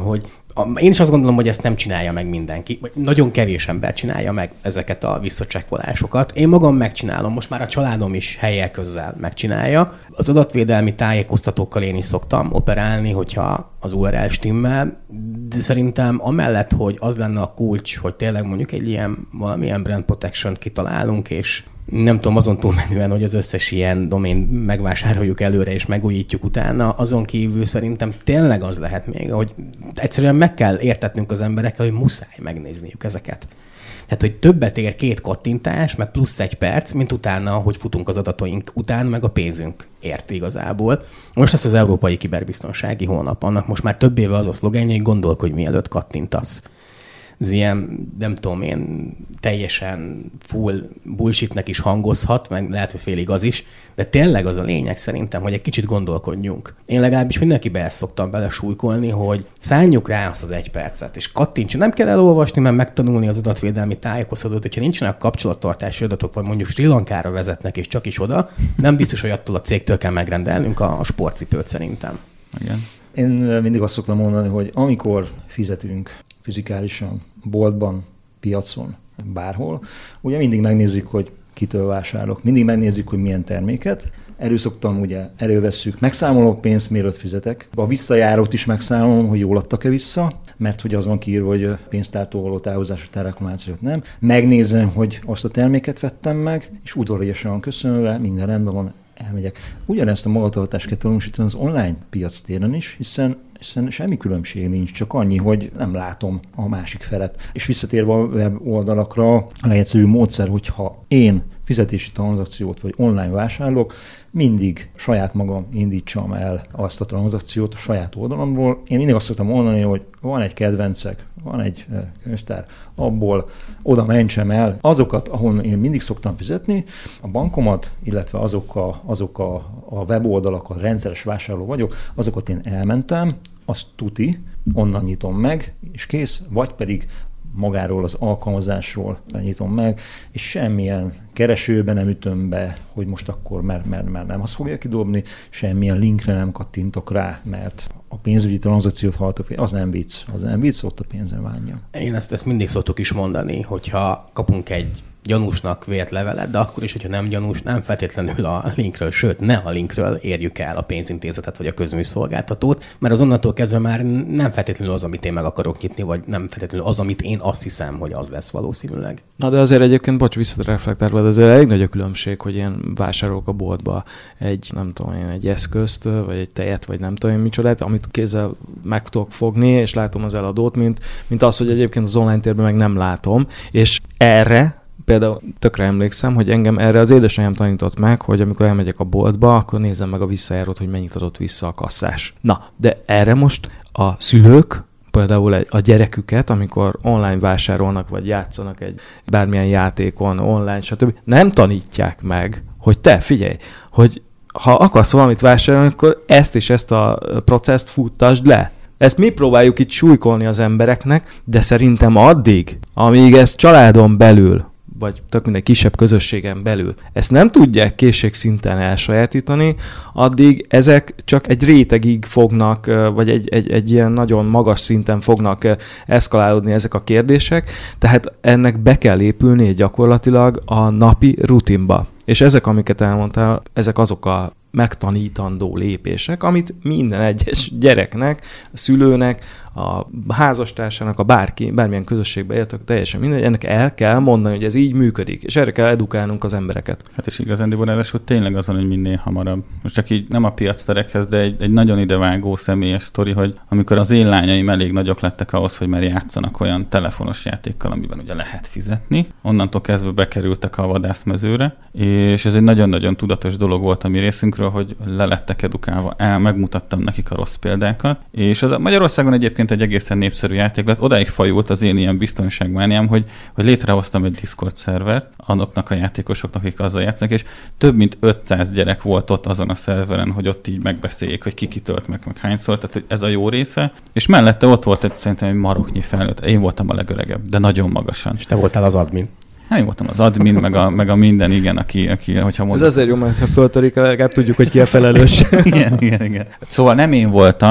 Én is azt gondolom, hogy ezt nem csinálja meg mindenki, vagy nagyon kevés ember csinálja meg ezeket a visszacsekkolásokat. Én magam megcsinálom, most már a családom is helyek közel megcsinálja. Az adatvédelmi tájékoztatókkal én is szoktam operálni, hogyha az u er el stimmel, de szerintem amellett, hogy az lenne a kulcs, hogy tényleg mondjuk egy ilyen valamilyen brand protection kitalálunk, és nem tudom, azon túlmenően, hogy az összes ilyen domén megvásároljuk előre és megújítjuk utána, azon kívül szerintem tényleg az lehet még, hogy egyszerűen meg kell értetnünk az emberekkel, hogy muszáj megnézniük ezeket. Tehát, hogy többet ér két kattintás, meg plusz egy perc, mint utána, hogy futunk az adataink után, meg a pénzünk ért igazából. Most lesz az Európai Kiberbiztonsági Hónap, annak most már több éve az a szlogenje, hogy gondolkodj, mielőtt kattintasz. Ez ilyen, nem tudom én, teljesen full bullshitnek is hangozhat, meg lehet, hogy félig az is, de tényleg az a lényeg szerintem, hogy egy kicsit gondolkodjunk. Én legalábbis mindenkibe ezt szoktam belesúlykolni, hogy szálljuk rá azt az egy percet, és kattintsunk. Nem kell elolvasni, mert megtanulni az adatvédelmi tájékoztatót, hogyha nincsenek kapcsolattartási adatok, vagy mondjuk Sri Lankára vezetnek, és csak is oda, nem biztos, hogy attól a cégtől kell megrendelnünk a, a sportcipőt szerintem. Igen. Én mindig azt szoktam mondani, hogy amikor fizetünk fizikálisan, boltban, piacon, bárhol, ugye mindig megnézzük, hogy kitől vásárolok, mindig megnézzük, hogy milyen terméket. Előszoktam, ugye elővesszük, megszámolok pénzt, mielőtt fizetek. A visszajárót is megszámolom, hogy jól adtak-e vissza, mert hogy az van kiírva, hogy pénztártól való távozású telekommunikációt nem. Megnézem, hogy azt a terméket vettem meg, és udvariasan köszönve, minden rendben van, elmegyek. Ugyanezt a magatartást kell tanúsítani az online piac téren is, hiszen hiszen semmi különbség nincs, csak annyi, hogy nem látom a másik felet. És visszatérve a web oldalakra, a legegyszerűbb módszer, hogyha én fizetési tranzakciót vagy online vásárolok, mindig saját magam indítsam el azt a tranzakciót a saját oldalamból. Én mindig azt szoktam mondani, hogy van egy kedvencek, van egy könyvtár, abból oda mentsem el azokat, ahol én mindig szoktam fizetni, a bankomat, illetve azok a, azok a, a weboldalak, a rendszeres vásárló vagyok, azokat én elmentem, azt tuti, onnan nyitom meg, és kész, vagy pedig magáról az alkalmazásról nyitom meg, és semmilyen keresőbe nem ütöm be, hogy most akkor, mert, mert, mert nem azt fogja kidobni, semmilyen linkre nem kattintok rá, mert a pénzügyi tranzakciót hallgatok, az nem vicc, az nem vicc, ott a pénzem bánja. Én ezt, ezt mindig szoktuk is mondani, hogyha kapunk egy gyanúsnak vélt levelet, de akkor is, hogyha nem gyanús, nem feltétlenül a linkről, sőt, ne a linkről érjük el a pénzintézetet vagy a közműszolgáltatót, mert az onnantól kezdve már nem feltétlenül az, amit én meg akarok nyitni, vagy nem feltétlenül az, amit én azt hiszem, hogy az lesz valószínűleg. Na de azért egyébként, bocs, visszareflektálva, de azért elég nagy a különbség, hogy én vásárolok a boltba egy, nem tudom én, egy eszközt, vagy egy tejet, vagy nem tudom én micsodát, amit kézzel meg tudok fogni, és látom az eladót, mint, mint az, hogy egyébként az online térben meg nem látom, és erre például tökre emlékszem, hogy engem erre az édesanyám tanított meg, hogy amikor elmegyek a boltba, akkor nézzem meg a visszajárót, hogy mennyit adott vissza a kasszás. Na, de erre most a szülők, például a gyereküket, amikor online vásárolnak, vagy játszanak egy bármilyen játékon, online, stb. Nem tanítják meg, hogy te figyelj, hogy ha akarsz valamit vásárolni, akkor ezt és ezt a processzt futtasd le. Ezt mi próbáljuk itt súlykolni az embereknek, de szerintem addig, amíg ez családon belül, vagy tök minden kisebb közösségen belül, ezt nem tudják készségszinten elsajátítani, addig ezek csak egy rétegig fognak, vagy egy, egy, egy ilyen nagyon magas szinten fognak eszkalálódni ezek a kérdések, tehát ennek be kell épülni gyakorlatilag a napi rutinba. És ezek, amiket elmondtál, ezek azok a megtanítandó lépések, amit minden egyes gyereknek, a szülőnek, a házastársának, a bárki, bármilyen közösségbe éltök, teljesen mindegy, ennek el kell mondani, hogy ez így működik, és erre kell edukálnunk az embereket. Hát és igazándiból ráadásul tényleg azon, hogy minél hamarabb. Most csak így nem a piacterekhez, de egy, egy nagyon idevágó személyes sztori, hogy amikor az én lányaim elég nagyok lettek ahhoz, hogy már játszanak olyan telefonos játékkal, amiben ugye lehet fizetni, onnantól kezdve bekerültek a vadászmezőre, és ez egy nagyon-nagyon tudatos dolog volt a mi részünkről, hogy le lettek edukálva, el, megmutattam nekik a rossz példákat, és az Magyarországon egyébként egy egészen népszerű játék lett, odáig fajult az én ilyen biztonságmániám, hogy, hogy létrehoztam egy Discord szervert anoknak a játékosoknak, akik azzal játszanak, és több mint ötszáz gyerek volt ott azon a szerveren, hogy ott így megbeszéljék, hogy ki kitölt meg, meg hányszor, tehát hogy ez a jó része. És mellette ott volt egy szerintem egy maroknyi felnőtt. Én voltam a legöregebb, de nagyon magasan. És te voltál az admin. Hát én voltam az admin, meg a, meg a minden, igen, aki, aki hogyha mondom. Ez azért jó, mert ha föltörik, legalább tudjuk, hogy ki a felelős. igen, igen, igen. Szóval nem én voltam,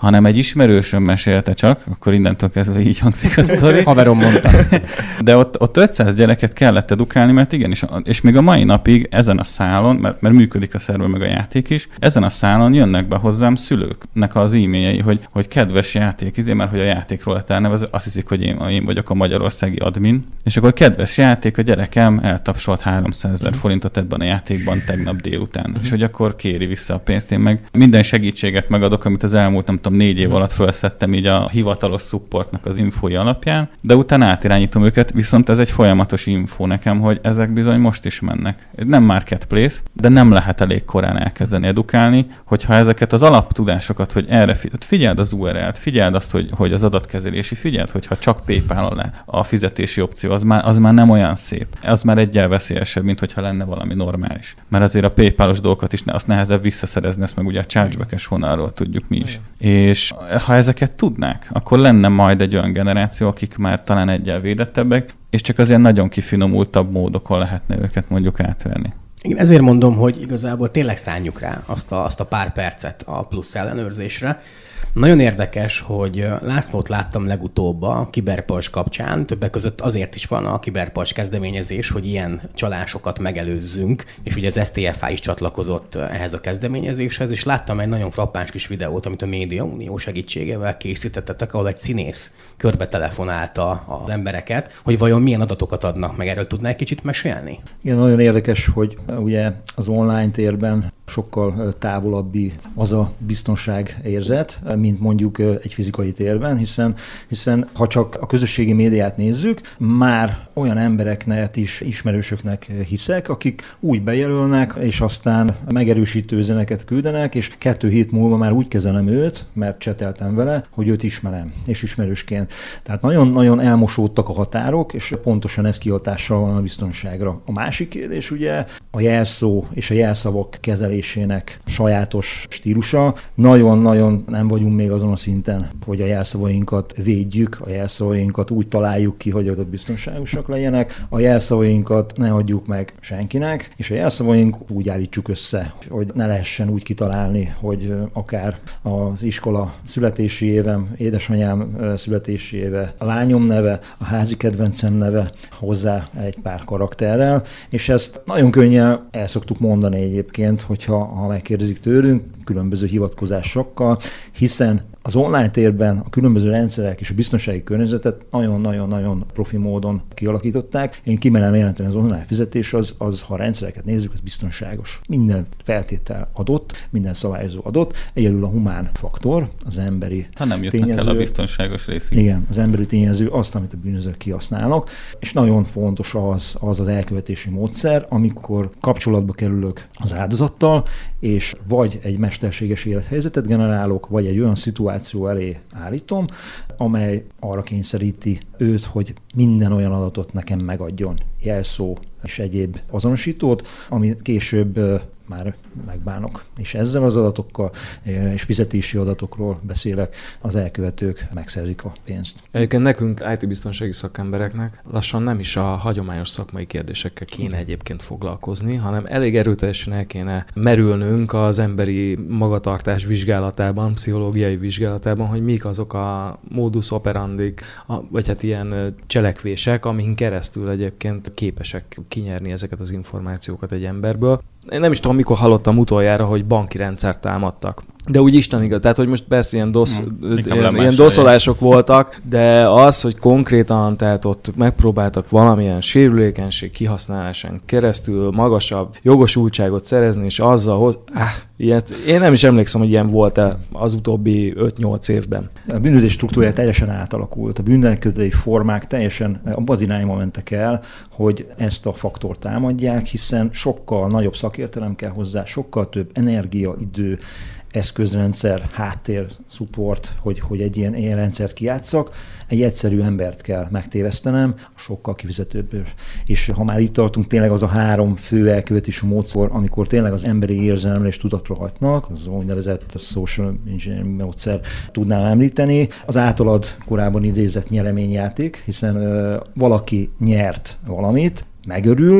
hanem egy ismerősöm mesélte csak, akkor innentől kezdve így hangzik a sztori. Haverom mondta. De ott, ott ötszáz gyereket kellett edukálni, mert igenis, és még a mai napig ezen a szálon, mert, mert működik a szerver meg a játék is, ezen a szálon jönnek be hozzám szülőknek az e-mailjei, hogy, hogy kedves játék, izé, mert hogy a játékról elnevező, azt hiszik, hogy én, én vagyok a magyarországi admin, és akkor kedves játék, a gyerekem eltapsolt háromszázezer forintot ebben a játékban tegnap délután, uh-huh. és hogy akkor kéri vissza a pénzt, én meg minden segítséget megadok, amit az elmúlt, nem tudom, négy év uh-huh. alatt felszettem így a hivatalos supportnak az infója alapján, de utána átirányítom őket, viszont ez egy folyamatos infó nekem, hogy ezek bizony most is mennek. Ez nem marketplace, de nem lehet elég korán elkezdeni edukálni, hogyha ezeket az alaptudásokat, hogy erre figyeld, figyeld az u er el-t, figyeld azt, hogy, hogy az adatkezelési, figyeld, hogyha csak PayPal alá a fizetési opció, az már, az már nem olyan szép. Az már egyel veszélyesebb, mint hogyha lenne valami normális. Mert azért a PayPal-os dolgokat is azt nehezebb visszaszerezni, ezt meg ugye a chargeback-es vonalról tudjuk mi is. Igen. És ha ezeket tudnák, akkor lenne majd egy olyan generáció, akik már talán egyel védettebbek, és csak az ilyen nagyon kifinomultabb módokon lehetne őket mondjuk átverni. Igen, ezért mondom, hogy igazából tényleg szánjuk rá azt a, azt a pár percet a plusz ellenőrzésre. Nagyon érdekes, hogy Lászlót láttam legutóbb a Kiberpajzs kapcsán, többek között azért is van a Kiberpajzs kezdeményezés, hogy ilyen csalásokat megelőzzünk, és ugye az es té ef á is csatlakozott ehhez a kezdeményezéshez, és láttam egy nagyon frappáns kis videót, amit a Média Unió segítségével készítettetek, ahol egy színész körbe telefonálta az embereket, hogy vajon milyen adatokat adnak meg. Erről tudnál egy kicsit mesélni? Igen, nagyon érdekes, hogy ugye az online térben sokkal távolabbi az a biztonság érzet, mint mondjuk egy fizikai térben, hiszen, hiszen ha csak a közösségi médiát nézzük, már olyan embereknek is, ismerősöknek hiszek, akik úgy bejelölnek, és aztán megerősítő üzeneket küldenek, és kettő hét múlva már úgy kezelem őt, mert cseteltem vele, hogy őt ismerem, és ismerősként. Tehát nagyon-nagyon elmosódtak a határok, és pontosan ez kihatással van a biztonságra. A másik kérdés ugye a jelszó és a jelszavak kezelésének sajátos stílusa. Nagyon-nagyon nem vagyunk még azon a szinten, hogy a jelszavainkat védjük, a jelszavainkat úgy találjuk ki, hogy azok biztonságosak legyenek, a jelszavainkat ne adjuk meg senkinek, és a jelszavaink úgy állítsuk össze, hogy ne lehessen úgy kitalálni, hogy akár az iskola születési évem, édesanyám születési éve, a lányom neve, a házi kedvencem neve hozzá egy pár karakterrel, és ezt nagyon könnyen el szoktuk mondani egyébként, hogyha ha megkérdezik tőlünk, különböző hivatkozásokkal, hiszen az online térben a különböző rendszerek és a biztonsági környezetet nagyon-nagyon-nagyon profi módon kialakították. Én kimerem jelenteni, az online fizetés az, az, ha a rendszereket nézzük, az biztonságos. Minden feltétel adott, minden szabályozó adott, egyedül a humán faktor, az emberi ha nem jutnak tényező, el a biztonságos részig. Igen, az emberi tényező azt, amit a bűnözők kihasználnak, és nagyon fontos az az, az elkövetési módszer, amikor kapcsolatba kerülök az áldozattal, és vagy egy mesterséges élethelyzetet generálok, vagy egy olyan szituáció elé állítom, amely arra kényszeríti őt, hogy minden olyan adatot nekem megadjon, jelszó és egyéb azonosítót, amit később már megbánok. És ezzel az adatokkal és fizetési adatokról beszélek, az elkövetők megszerzik a pénzt. Egyébként nekünk í té-biztonsági szakembereknek lassan nem is a hagyományos szakmai kérdésekkel kéne egyébként foglalkozni, hanem elég erőteljesen el kéne merülnünk az emberi magatartás vizsgálatában, pszichológiai vizsgálatában, hogy mik azok a modus operandik, a, vagy hát ilyen cselekvések, amin keresztül egyébként képesek kinyerni ezeket az információkat egy emberből. Én nem is tudom, mikor hallottam utoljára, hogy banki rendszert támadtak. De úgy Isten igaz, tehát hogy most persze ilyen, dosz, hmm, ilyen, ilyen doszolások voltak, de az, hogy konkrétan tehát ott megpróbáltak valamilyen sérülékenység kihasználásán keresztül magasabb jogosultságot szerezni, és azzal, hogy áh, ilyet, én nem is emlékszem, hogy ilyen volt-e az utóbbi öt-nyolc évben. A bűnözés struktúrája teljesen átalakult, a bűnelkövetői formák teljesen abban az irányba mentek el, hogy ezt a faktort támadják, hiszen sokkal nagyobb szakértelem kell hozzá, sokkal több energia, idő, eszközrendszer, háttér, support, hogy, hogy egy ilyen, ilyen rendszert kijátszak. Egy egyszerű embert kell megtévesztenem, sokkal kifizetőbb. És ha már itt tartunk, tényleg az a három fő elkövetési módszer, amikor tényleg az emberi érzelemre és tudatra hatnak, az úgynevezett social engineering módszer tudnám említeni. Az általad korábban idézett nyereményjáték, hiszen ö, valaki nyert valamit, megörül,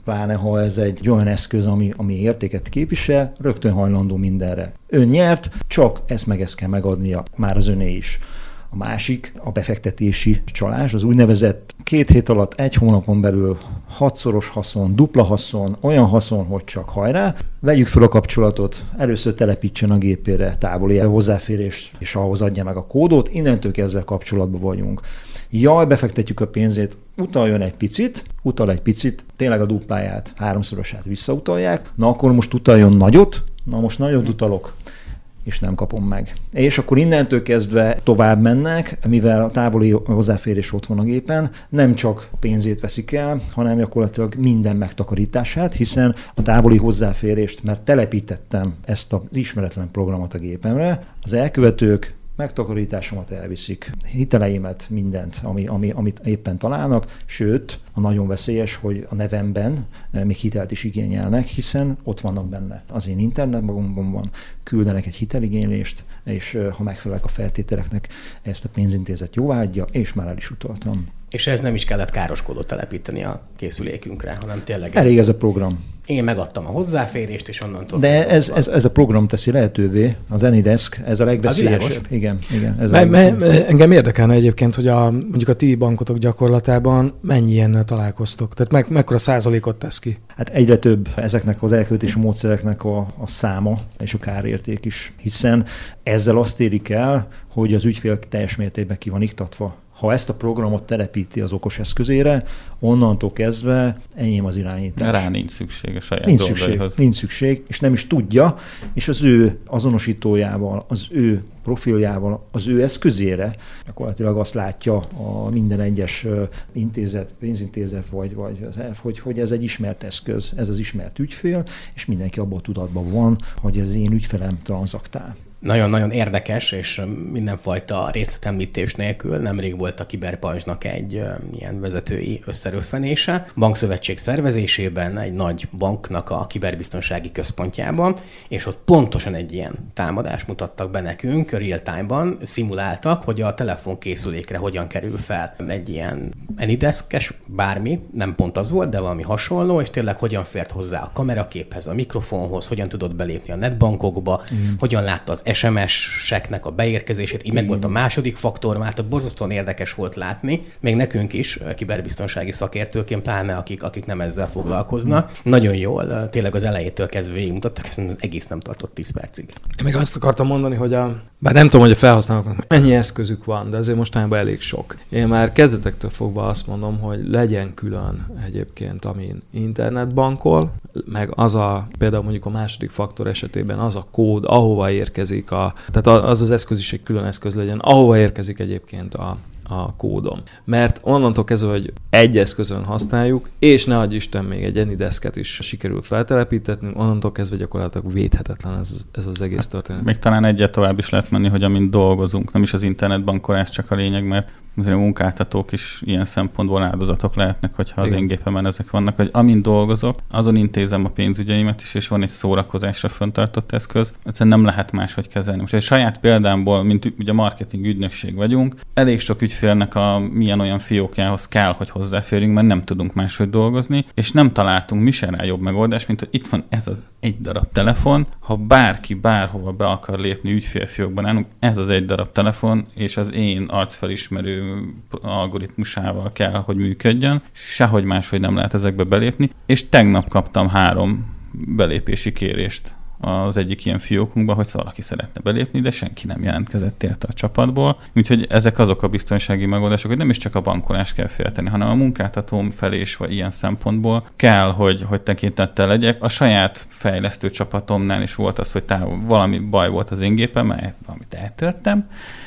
pláne ha ez egy olyan eszköz, ami, ami értéket képvisel, rögtön hajlandó mindenre. Ön nyert, csak ezt meg ezt kell megadnia, már az öné is. A másik, a befektetési csalás, az úgynevezett két hét alatt, egy hónapon belül hatszoros haszon, dupla haszon, olyan haszon, hogy csak hajrá. Vegyük fel a kapcsolatot, először telepítsen a gépére távoli hozzáférést, és ahhoz adja meg a kódot, innentől kezdve kapcsolatban vagyunk. Jaj, befektetjük a pénzét, utaljon egy picit, utal egy picit, tényleg a dupláját, háromszorosát visszautalják, na akkor most utaljon nagyot, na most nagyot utalok, és nem kapom meg. És akkor innentől kezdve tovább mennek, mivel a távoli hozzáférés ott van a gépen, nem csak a pénzét veszik el, hanem gyakorlatilag minden megtakarítását, hiszen a távoli hozzáférést, mert telepítettem ezt az ismeretlen programot a gépemre, az elkövetők megtakarításomat elviszik, hiteleimet, mindent, ami, ami, amit éppen találnak, sőt, a nagyon veszélyes, hogy a nevemben még hitelt is igényelnek, hiszen ott vannak benne. Az én internetmagunkban van, küldenek egy hiteligénylést, és ha megfelelek a feltételeknek, ezt a pénzintézet jóváhagyja, és már el is utaltam. És ez nem is kellett káros kódot telepíteni a készülékünkre, hanem tényleg... Elég ez a program. Én megadtam a hozzáférést, és onnantól... De ez, ez, ez a program teszi lehetővé, az AnyDesk, ez a legveszélyesebb. Igen, igen. Ez me, me, engem érdekelne egyébként, hogy a, mondjuk a ti bankotok gyakorlatában mennyi ilyennel találkoztok? Tehát meg, mekkora százalékot tesz ki? Hát egyre több ezeknek az elköltési módszereknek a, a száma és a kárérték is, hiszen ezzel azt érik el, hogy az ügyfél teljes mértékben ki van iktatva. Ha ezt a programot telepíti az okos eszközére, onnantól kezdve enyém az irányítás. Rá nincs szükség a saját nincs szükség, nincs szükség, és nem is tudja, és az ő azonosítójával, az ő profiljával, az ő eszközére gyakorlatilag azt látja a minden egyes intézet, pénzintézet, vagy, vagy hogy, hogy ez egy ismert eszköz, ez az ismert ügyfél, és mindenki abban a tudatban van, hogy az én ügyfelem tranzaktál. Nagyon-nagyon érdekes, és mindenfajta részletemlítés nélkül nemrég volt a Kiberpajzsnak egy uh, ilyen vezetői összeröffenése. Bankszövetség szervezésében, egy nagy banknak a kiberbiztonsági központjában, és ott pontosan egy ilyen támadást mutattak be nekünk, real-time-ban szimuláltak, hogy a telefonkészülékre hogyan kerül fel egy ilyen AnyDesk-es bármi, nem pont az volt, de valami hasonló, és tényleg hogyan fért hozzá a kameraképhez, a mikrofonhoz, hogyan tudott belépni a netbankokba, mm. hogyan látta az es em es-seknek a beérkezését, így meg volt a második faktor, már tehát borzasztóan érdekes volt látni, még nekünk is, kiberbiztonsági szakértőként, pláne akik, akik nem ezzel foglalkoznak. Mm. Nagyon jól, tényleg az elejétől kezdve végigmutattak, ezt az egész nem tartott tíz percig. Én még azt akartam mondani, hogy a, bár nem tudom, hogy a felhasználóknak mennyi eszközük van, de azért mostanában elég sok. Én már kezdetektől fogva azt mondom, hogy legyen külön egyébként, amin internetbankol, meg az a, például mondjuk a második faktor esetében az a kód, ahova érkezik a, tehát az az eszköz is egy külön eszköz legyen, ahova érkezik egyébként a, a kódom. Mert onnantól kezdve, hogy egy eszközön használjuk, és ne adj Isten még egy AnyDesket is sikerül feltelepítetni, onnantól kezdve gyakorlatilag védhetetlen ez, ez az egész történet. Még talán egyet tovább is lehet menni, hogy amint dolgozunk, nem is az internetbankolás csak a lényeg, mert azért a munkáltatók is ilyen szempontból áldozatok lehetnek, hogyha az én gépemen ezek vannak, hogy amint dolgozok, azon intézem a pénzügyeimet is, és van egy szórakozásra föntartott eszköz. Egyszerűen nem lehet máshogy kezelni. Most egy saját példámból, mint ugye marketing ügynökség vagyunk, elég sok ügyfélnek a milyen olyan fiókjához kell, hogy hozzáférjünk, mert nem tudunk máshogy dolgozni, és nem találtunk mi se rá jobb megoldást, mint hogy itt van ez az egy darab telefon, ha bárki bárhova be akar lépni ügyfélfiókban állunk, ez az egy darab telefon, és az én arcfelismerő algoritmusával kell, hogy működjön, sehogy máshogy nem lehet ezekbe belépni, és tegnap kaptam három belépési kérést az egyik ilyen fiókunkba, hogy valaki szeretne belépni, de senki nem jelentkezett érte a csapatból. Úgyhogy ezek azok a biztonsági megoldások, hogy nem is csak a bankolást kell félteni, hanem a munkáltatóm felé is, vagy ilyen szempontból kell, hogy, hogy tekintettel legyek. A saját fejlesztő csapatomnál is volt az, hogy távol, valami baj volt az én gépem, mert valamit eltörtem,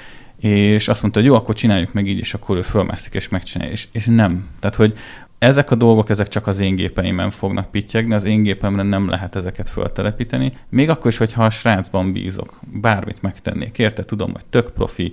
és azt mondta, hogy jó, akkor csináljuk meg így, és akkor ő fölmászik és megcsinálja, és, és nem. Tehát, hogy ezek a dolgok, ezek csak az én gépeimen fognak pittyegni, az én gépemre nem lehet ezeket föltelepíteni. Még akkor is, hogyha a srácban bízok, bármit megtennék, érte, tudom, hogy tök profi,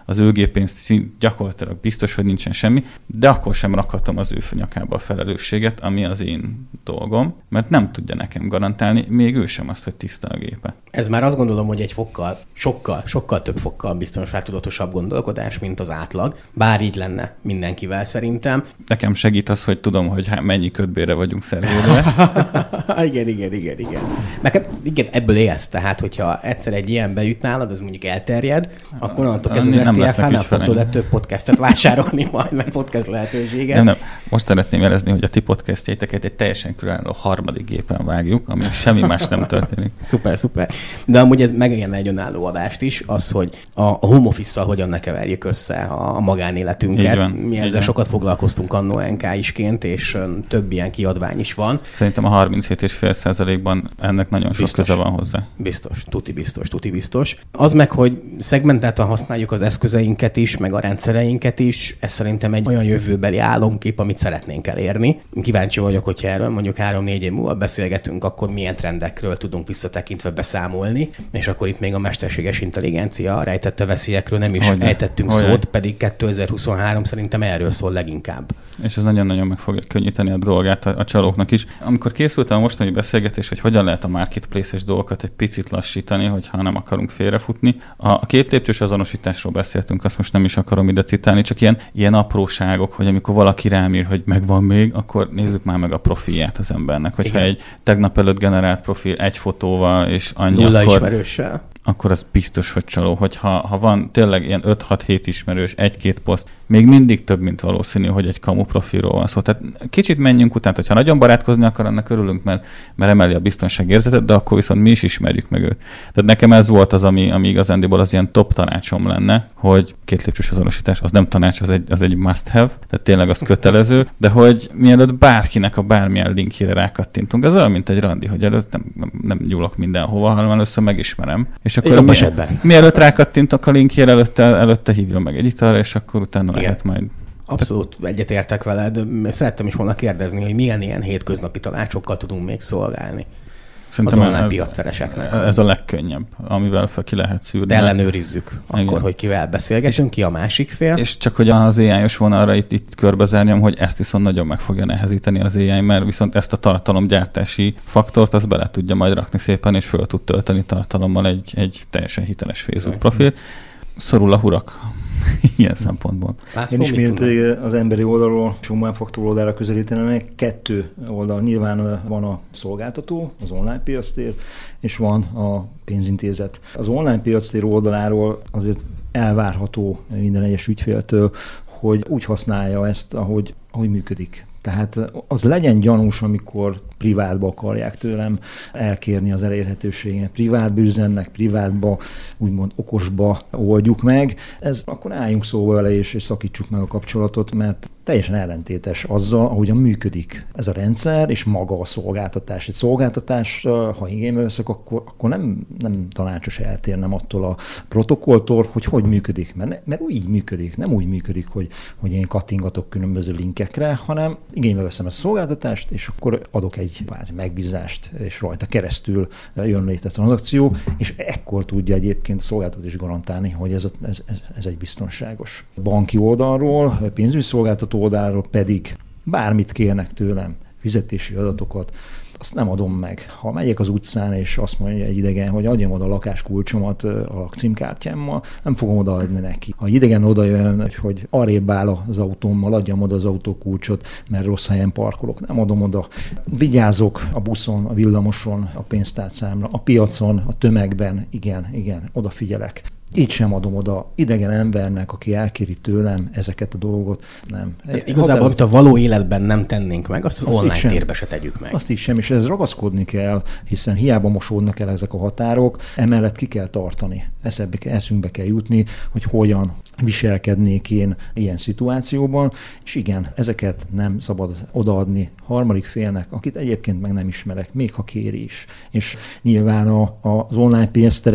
az ő gépén gyakorlatilag biztos, hogy nincsen semmi, de akkor sem rakhatom az ő nyakába a felelősséget, ami az én dolgom, mert nem tudja nekem garantálni, még ő sem azt, hogy tiszta a gépe. Ez már azt gondolom, hogy egy fokkal, sokkal, sokkal több fokkal biztonságtudatosabb gondolkodás, mint az átlag. Bár így lenne mindenkivel szerintem. Nekem segít az, hogy tudom, hogy mennyi ködbére vagyunk szerződve. igen, igen, igen, igen. Meg igen, ebből élsz, tehát hogyha egyszer egy ilyen beüt nálad, az mondjuk elterjed, akkor onnantól kezdve az es té ef nem fog tőle több podcastet vásárolni majd, meg podcast lehetőséget. Nem, nem. Most szeretném jelezni, hogy a ti podcastjéteket egy teljesen különálló harmadik gépen vágjuk, ami semmi más nem történik. Szuper, szuper. De amúgy ez megérne egy önálló adást is, az, hogy a home office-szal hogyan ne keverjük össze a magánéletünket. Van, Mi ezzel sokat foglalkoztunk annó en ká isként, és több ilyen kiadvány is van. Szerintem a harminchét egész öt százalékban ennek nagyon sok biztos, köze van hozzá. Biztos, tuti biztos, tuti biztos. Az meg, hogy szegmentáltan használjuk az eszközeinket is, meg a rendszereinket is, ez szerintem egy olyan jövőbeli álomkép, amit szeretnénk elérni. Kíváncsi vagyok, hogyha erről mondjuk három-négy év múlva beszélgetünk, akkor milyen trendekről tudunk visszatekintve beszámolni, és akkor itt még a mesterséges intelligencia rejtette veszélyekről nem is Hogyne. ejtettünk Hogyne. szót, pedig kétezer-huszonhárom szerintem erről szól leginkább. És ez nagyon-nagyon meg fogja könnyíteni a dolgát a, a csalóknak is. Amikor készültem a mostani beszélgetés, hogy hogyan lehet a marketplace-es dolgokat egy picit lassítani, hogyha nem akarunk félrefutni. A, a két lépcsős azonosításról beszéltünk, azt most nem is akarom ide citálni, csak ilyen, ilyen apróságok, hogy amikor valaki rám ír, hogy megvan még, akkor nézzük már meg a profilját az embernek. Hogyha Igen. egy tegnap előtt generált profil egy fotóval és annyi, Nulla akkor, ismerőssel. akkor az biztos, hogy csaló. Hogyha ha van tényleg ilyen öt-hat-hét ismerős, egy-két poszt, még mindig több, mint valószínű, hogy egy kamu profilról van szó. Tehát kicsit menjünk utána, hogyha nagyon barátkozni akar, annak örülünk, mert, mert emeli a biztonságérzetet, de akkor viszont mi is ismerjük meg őt. Tehát nekem ez volt az, ami, ami igazándiból az ilyen top tanácsom lenne, hogy két lépcsős azonosítás, az nem tanács, az egy, az egy must have, tehát tényleg az kötelező, de hogy mielőtt bárkinek a bármilyen linkjére rákattintunk, ez olyan, mint egy randi, hogy előtt nem, nem, nem nyúlok mindenhova, hanem először megismerem. És akkor mi, mielőtt rákattintok a linkjére, előtte, előtte hívjon meg egy italra, és akkor utána Igen. lehet majd. Abszolút egyetértek veled. Szerettem is volna kérdezni, hogy milyen ilyen hétköznapi tanácsokkal tudunk még szolgálni. Szerintem az online piactereseknek. Ez a legkönnyebb, amivel fel ki lehet szűrni. De ellenőrizzük Igen. akkor, hogy kivel beszélgetünk, ki a másik fél. És csak hogy az á i-os vonalra itt, itt körbezárnyom, hogy ezt viszont nagyon meg fogja nehezíteni az á i, mert viszont ezt a tartalomgyártási faktort azt bele tudja majd rakni szépen, és föl tud tölteni tartalommal egy, egy teljesen hiteles Facebook profil. Szorul a hurak. Ilyen szempontból. László, Én ismét az emberi oldalról és humán faktor oldalra közelítenek. Kettő oldal. Nyilván van a szolgáltató, az online piactér, és van a pénzintézet. Az online piactér oldaláról azért elvárható minden egyes ügyféltől, hogy úgy használja ezt, ahogy, ahogy működik. Tehát az legyen gyanús, amikor privátba akarják tőlem elkérni az elérhetőséget. Privátba üzennek, privátba, úgymond okosba oldjuk meg. Ez akkor álljunk szóba vele és, és szakítsuk meg a kapcsolatot, mert teljesen ellentétes azzal, ahogyan működik ez a rendszer, és maga a szolgáltatás. Egy szolgáltatás, ha igénybe veszek, akkor, akkor nem, nem tanácsos eltérnem attól a protokolltól, hogy hogy működik. Mert, ne, mert úgy működik, nem úgy működik, hogy, hogy én kattingatok különböző linkekre, hanem igénybe veszem ezt a szolgáltatást, és akkor adok egy kvázi megbízást, és rajta keresztül jön létre a tranzakció, és ekkor tudja egyébként a szolgáltató is garantálni, hogy ez, ez, ez egy biztonságos. Banki oldalról, pénzügyi szolgáltató oldalról pedig bármit kérnek tőlem, fizetési adatokat, azt nem adom meg. Ha megyek az utcán, és azt mondja egy idegen, hogy adjam oda a lakáskulcsomat a lakcímkártyámmal, nem fogom odaadni neki. Ha egy idegen odajön, hogy, hogy arrébb áll az autómmal, adjam oda az autókulcsot, mert rossz helyen parkolok, nem adom oda. Vigyázok a buszon, a villamoson, a pénztárcámra, a piacon, a tömegben, igen, igen, odafigyelek. Így sem adom oda idegen embernek, aki elkéri tőlem ezeket a dolgot. Nem. Hát igazából, amit a való életben nem tennénk meg, azt az azt online térbe se tegyük meg. Azt is sem, és ez ragaszkodni kell, hiszen hiába mosódnak el ezek a határok, emellett ki kell tartani. Eszembe, eszünkbe kell jutni, hogy hogyan viselkednék én ilyen szituációban, és igen, ezeket nem szabad odaadni harmadik félnek, akit egyébként meg nem ismerek, még ha kéri is. És nyilván a, a, az online pénzterek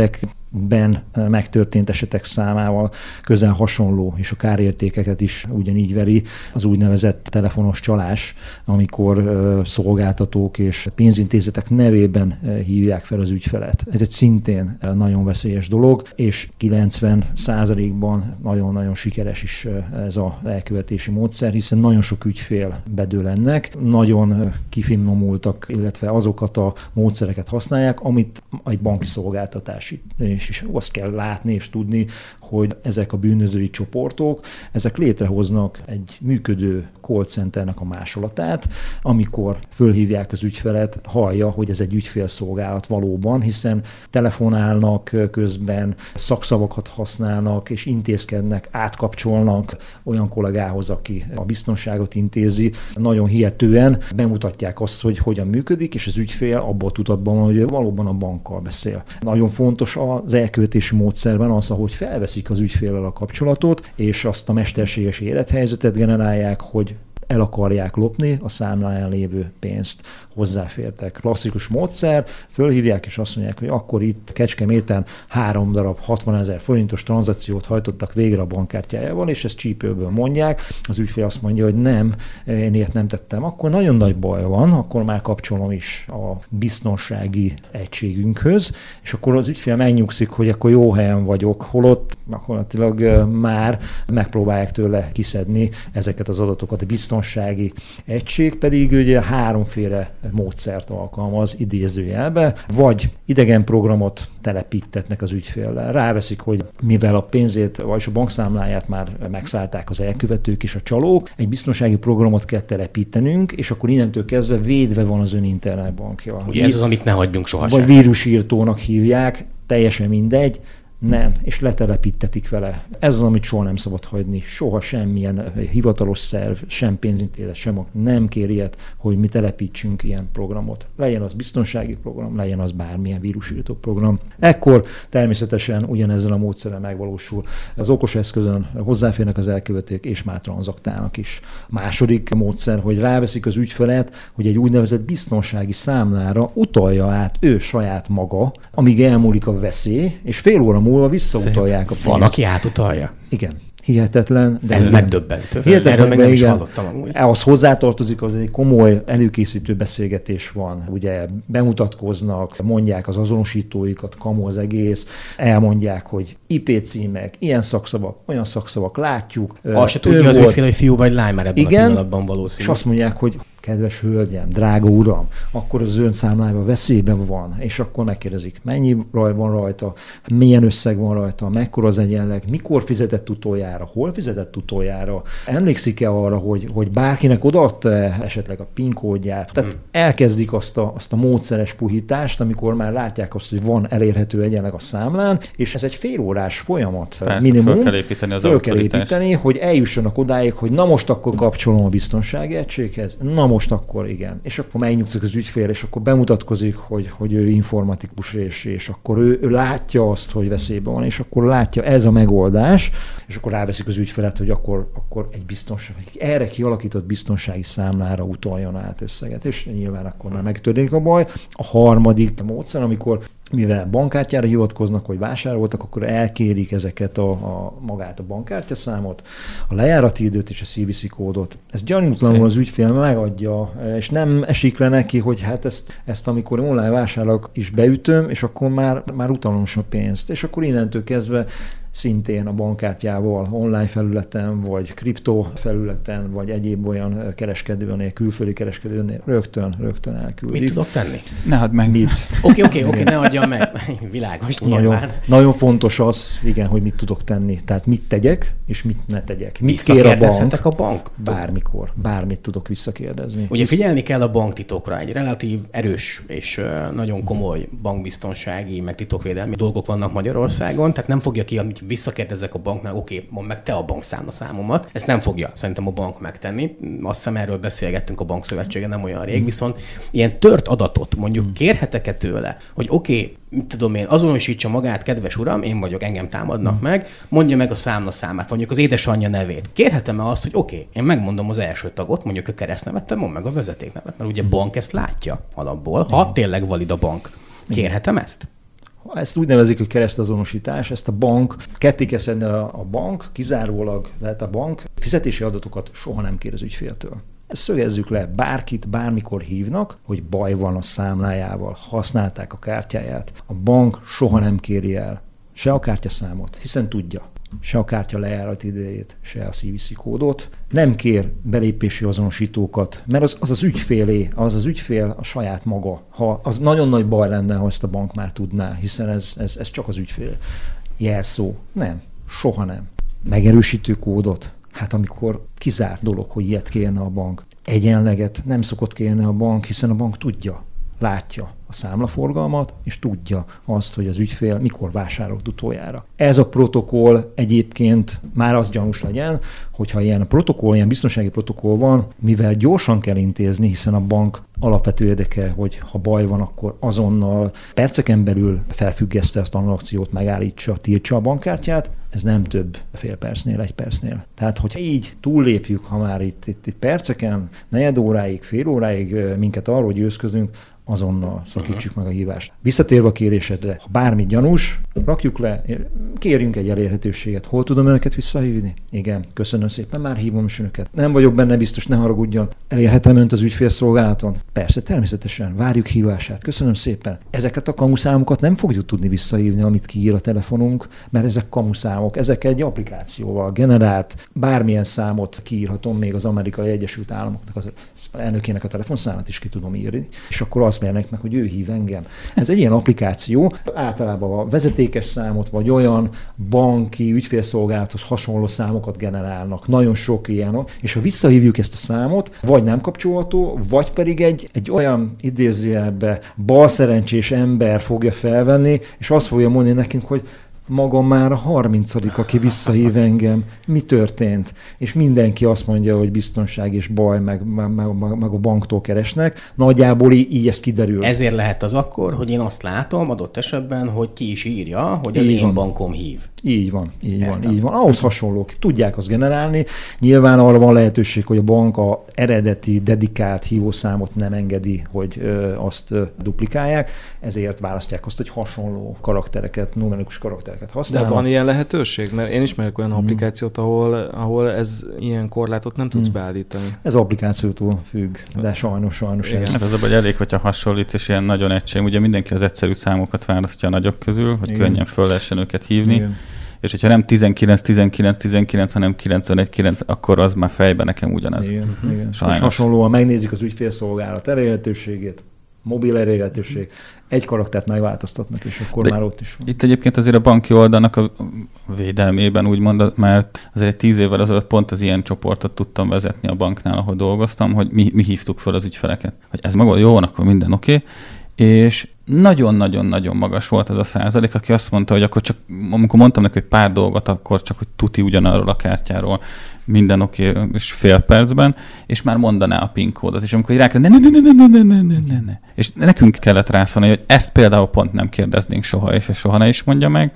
ben megtörtént esetek számával közel hasonló, és a kárértékeket is ugyanígy veri az úgynevezett telefonos csalás, amikor szolgáltatók és pénzintézetek nevében hívják fel az ügyfelet. Ez egy szintén nagyon veszélyes dolog, és kilencven százalékban nagyon-nagyon sikeres is ez az elkövetési módszer, hiszen nagyon sok ügyfél bedől ennek, nagyon kifinomultak, illetve azokat a módszereket használják, amit egy banki szolgáltatás és is azt kell látni és tudni, hogy ezek a bűnözői csoportok, ezek létrehoznak egy működő call centernek a másolatát, amikor fölhívják az ügyfelet, hallja, hogy ez egy ügyfélszolgálat valóban, hiszen telefonálnak közben, szakszavakat használnak, és intézkednek, átkapcsolnak olyan kollégához, aki a biztonságot intézi. Nagyon hihetően bemutatják azt, hogy hogyan működik, és az ügyfél abban a tudatban van, hogy valóban a bankkal beszél. Nagyon fontos az elkövetési módszerben az, ahogy felveszik az ügyféllel a kapcsolatot, és azt a mesterséges élethelyzetet generálják, hogy el akarják lopni a számláján lévő pénzt, hozzáfértek. Klasszikus módszer, fölhívják és azt mondják, hogy akkor itt Kecskeméten három darab hatvanezer forintos tranzakciót hajtottak végre a bankkártyájával, és ezt csípőből mondják. Az ügyfél azt mondja, hogy nem, én ilyet nem tettem. Akkor nagyon nagy baj van, akkor már kapcsolom is a biztonsági egységünkhöz, és akkor az ügyfél megnyugszik, hogy akkor jó helyen vagyok, holott gyakorlatilag már megpróbálják tőle kiszedni ezeket az adatokat. A biztonsági egység pedig ugye háromféle módszert alkalmaz idézőjelbe, vagy idegen programot telepítetnek az ügyféllel. Ráveszik, hogy mivel a pénzét vagy a bankszámláját már megszállták az elkövetők és a csalók, egy biztonsági programot kell telepítenünk, és akkor innentől kezdve védve van az ön internetbankja. Ugye ez az, amit ne hagyjunk sohasem. Vagy vírusírtónak hívják, teljesen mindegy. Nem, és letelepítetik vele. Ez az, amit soha nem szabad hagyni. Soha semmilyen hivatalos szerv, sem pénzintézet, sem nem kér ilyet, hogy mi telepítsünk ilyen programot. Legyen az biztonsági program, legyen az bármilyen vírusírtó program. Ekkor természetesen ugyanezzel a módszerrel megvalósul. Az okos eszközön hozzáférnek az elkövetők, és már tranzaktálnak is. A második módszer, hogy ráveszik az ügyfelet, hogy egy úgynevezett biztonsági számlára utalja át ő saját maga, amíg elmúlik a veszély, és fél óra múlva visszautalják a pénzt. Van, aki átutalja? Igen. Hihetetlen. De ez megdöbbentő. Erről meg nem is hallottam amúgy. Ahhoz hozzátartozik, az egy komoly előkészítő beszélgetés van. Ugye bemutatkoznak, mondják az azonosítóikat, kamu az egész, elmondják, hogy I P címek, ilyen szakszavak, olyan szakszavak, látjuk. Azt se tudja az ügyfél, hogy fiú vagy lány, már ebben igen, a pillanatban valószínű. És azt mondják, hogy kedves hölgyem, drága uram, akkor az ön számlájában veszélyben van, és akkor megkérdezik, mennyi raj van rajta, milyen összeg van rajta, mekkora az egyenleg, mikor fizetett utoljára, hol fizetett utoljára, emlékszik-e arra, hogy, hogy bárkinek odaadta esetleg a PIN kódját. Tehát hmm. elkezdik azt a, azt a módszeres puhítást, amikor már látják azt, hogy van elérhető egyenleg a számlán, és ez egy félórás folyamat. Persze, minimum. Föl kell építeni az föl kell építeni, hogy eljussanak odáig, hogy na most akkor kapcsolom a biztonsági egységhez, na most akkor igen. És akkor megnyugszik az ügyfél, és akkor bemutatkozik, hogy, hogy ő informatikus, és, és akkor ő, ő látja azt, hogy veszélyben van, és akkor látja, ez a megoldás, és akkor ráveszik az ügyfelet, hogy akkor, akkor egy biztonság, erre kialakított biztonsági számlára utaljon át összeget, és nyilván akkor már megtörténik a baj. A harmadik módszer, amikor mivel bankkártyára hivatkoznak, hogy vásároltak, akkor elkérik ezeket a, a magát a bankkártyaszámot, a lejárati időt és a C V C kódot. Ez gyanútlanul az ügyfél megadja, és nem esik le neki, hogy hát ezt, ezt amikor online vásárolok is beütöm, és akkor már, már utalom a pénzt. És akkor innentől kezdve szintén a bankkártyával online felületen, vagy kriptó felületen, vagy egyéb olyan kereskedőnél, külföldi kereskedőnél rögtön, rögtön elküldik. Mit tudok tenni? Ne hadd meg. Mit? Oké, oké, oké, ne adjam meg. Világos, nagyon, nagyon fontos az, igen, hogy mit tudok tenni. Tehát mit tegyek, és mit ne tegyek. Mit kér a bank? a bank? Bármikor. Bármit tudok visszakérdezni. Ugye figyelni kell a banktitokra. Egy relatív erős és nagyon komoly bankbiztonsági, meg titokvédelmi dolgok vannak Magyarországon, tehát nem fogja ki, amit visszakérdezzek a banknál, oké, okay, mondd meg te a bankszámlaszámomat. Ezt nem fogja szerintem a bank megtenni. Azt hiszem, erről beszélgettünk a bankszövetségen nem olyan rég, viszont ilyen tört adatot mondjuk kérhetek-e tőle, hogy oké, okay, mit tudom én, azonosítsa magát, kedves uram, én vagyok, engem támadnak hmm. meg, mondja meg a számlaszámát, mondjuk az édesanyja nevét. Kérhetem-e azt, hogy oké, okay, én megmondom az első tagot, mondjuk a keresztnevet, te mondd meg a vezetéknevet, mert ugye bank ezt látja alapból, ha tényleg valid a bank. Kérhetem ezt? Ezt úgy nevezik, hogy keresztazonosítás, ezt a bank, ketté kell szedni a, a bank, kizárólag lehet a bank fizetési adatokat soha nem kér az ügyféltől. Ezt szögezzük le, bárkit bármikor hívnak, hogy baj van a számlájával, használták a kártyáját. A bank soha nem kéri el se a kártyaszámot, hiszen tudja, se a kártya lejárat idejét, se a cé vé cé kódot. Nem kér belépési azonosítókat, mert az az, az ügyfélé, az az ügyfél a saját maga. Ha az nagyon nagy baj lenne, ha ezt a bank már tudná, hiszen ez, ez, ez csak az ügyfél jelszó. Nem, soha nem. Megerősítő kódot. Hát amikor kizárt dolog, hogy ilyet kérne a bank. Egyenleget nem szokott kérni a bank, hiszen a bank tudja, látja a számlaforgalmat, és tudja azt, hogy az ügyfél mikor vásárolt utoljára. Ez a protokoll egyébként már az gyanús legyen, hogyha ilyen protokoll, ilyen biztonsági protokoll van, mivel gyorsan kell intézni, hiszen a bank alapvető érdeke, hogy ha baj van, akkor azonnal perceken belül felfüggeszte azt a tranzakciót, megállítsa, tiltsa a bankkártyát, ez nem több fél percnél, egy percnél. Tehát, hogyha így túllépjük, ha már itt, itt, itt perceken, negyed óráig, fél óráig minket arról győzködünk, azonnal szakítsuk meg a hívást. Visszatérve a kérésedre, ha bármi gyanús, rakjuk le, kérjünk egy elérhetőséget. Hol tudom önöket visszahívni? Igen, köszönöm szépen, már hívom is önöket. Nem vagyok benne biztos, ne haragudjon. Elérhetem önt az ügyfélszolgálaton? Persze, természetesen. Várjuk hívását. Köszönöm szépen. Ezeket a kamuszámokat nem fogjuk tudni visszahívni, amit kiír a telefonunk, mert ezek kamuszámok, ezek egy applikációval generált, bármilyen számot kiírhatom, még az Amerikai Egyesült Államoknak az elnökének a telefonszámát is ki tudom írni, és akkor azt mérnek meg, hogy ő hív engem. Ez egy ilyen applikáció, általában a vezetékes számot, vagy olyan banki, ügyfélszolgálathoz hasonló számokat generálnak. Nagyon sok ilyen, és ha visszahívjuk ezt a számot, vagy nem kapcsolható, vagy pedig egy, egy olyan idézőjelbe balszerencsés ember fogja felvenni, és azt fogja mondani nekünk, hogy maga már a harmincadik, aki visszahív engem. Mi történt? És mindenki azt mondja, hogy biztonság és baj, meg, meg, meg, meg a banktól keresnek. Nagyjából így, így ez kiderül. Ezért lehet az akkor, hogy én azt látom adott esetben, hogy ki is írja, hogy az így én van. bankom hív. Így van, így Értem. van, így van. Ahhoz hasonlók. Tudják azt generálni. Nyilván arra van lehetőség, hogy a bank a eredeti, dedikált hívószámot nem engedi, hogy ö, azt ö, duplikálják, ezért választják azt, hogy hasonló karaktereket, numerikus karaktereket használnak. De van ilyen lehetőség? Mert én ismerek olyan hmm. applikációt, ahol, ahol ez ilyen korlátot nem tudsz hmm. beállítani. Ez applikációtól függ, de sajnos, sajnos ez. Hát az, hogy elég, hogyha hasonlít, és ilyen nagyon egység. Ugye mindenki az egyszerű számokat választja a nagyok közül, hogy igen. könnyen föl lehessen őket hívni. Igen. És hogyha nem tizenkilenc tizenkilenc tizenkilenc, hanem kilencvenegy kilenc, akkor az már fejben nekem ugyanaz. Igen, uh-huh. igen. És hasonlóan megnézzük az ügyfélszolgálat elérhetőségét, mobil elérhetőség, egy karaktert megváltoztatnak, és akkor de már ott is van. Itt egyébként azért a banki oldalnak a védelmében úgymond, mert azért egy tíz évvel ezelőtt pont az ilyen csoportot tudtam vezetni a banknál, ahol dolgoztam, hogy mi, mi hívtuk fel az ügyfeleket. Hogy ez maga jó, akkor minden oké. Okay. És nagyon-nagyon-nagyon magas volt az a százalék, aki azt mondta, hogy akkor csak, amikor mondtam neki, hogy pár dolgot, akkor csak, hogy tuti ugyanarról a kártyáról, minden oké, okay, és fél percben, és már mondaná a PIN kódot. És amikor rákra, ne, ne, ne, ne, ne, ne, ne, ne, ne, ne. És nekünk kellett rászólni, hogy ezt például pont nem kérdeznénk soha, és soha ne is mondja meg.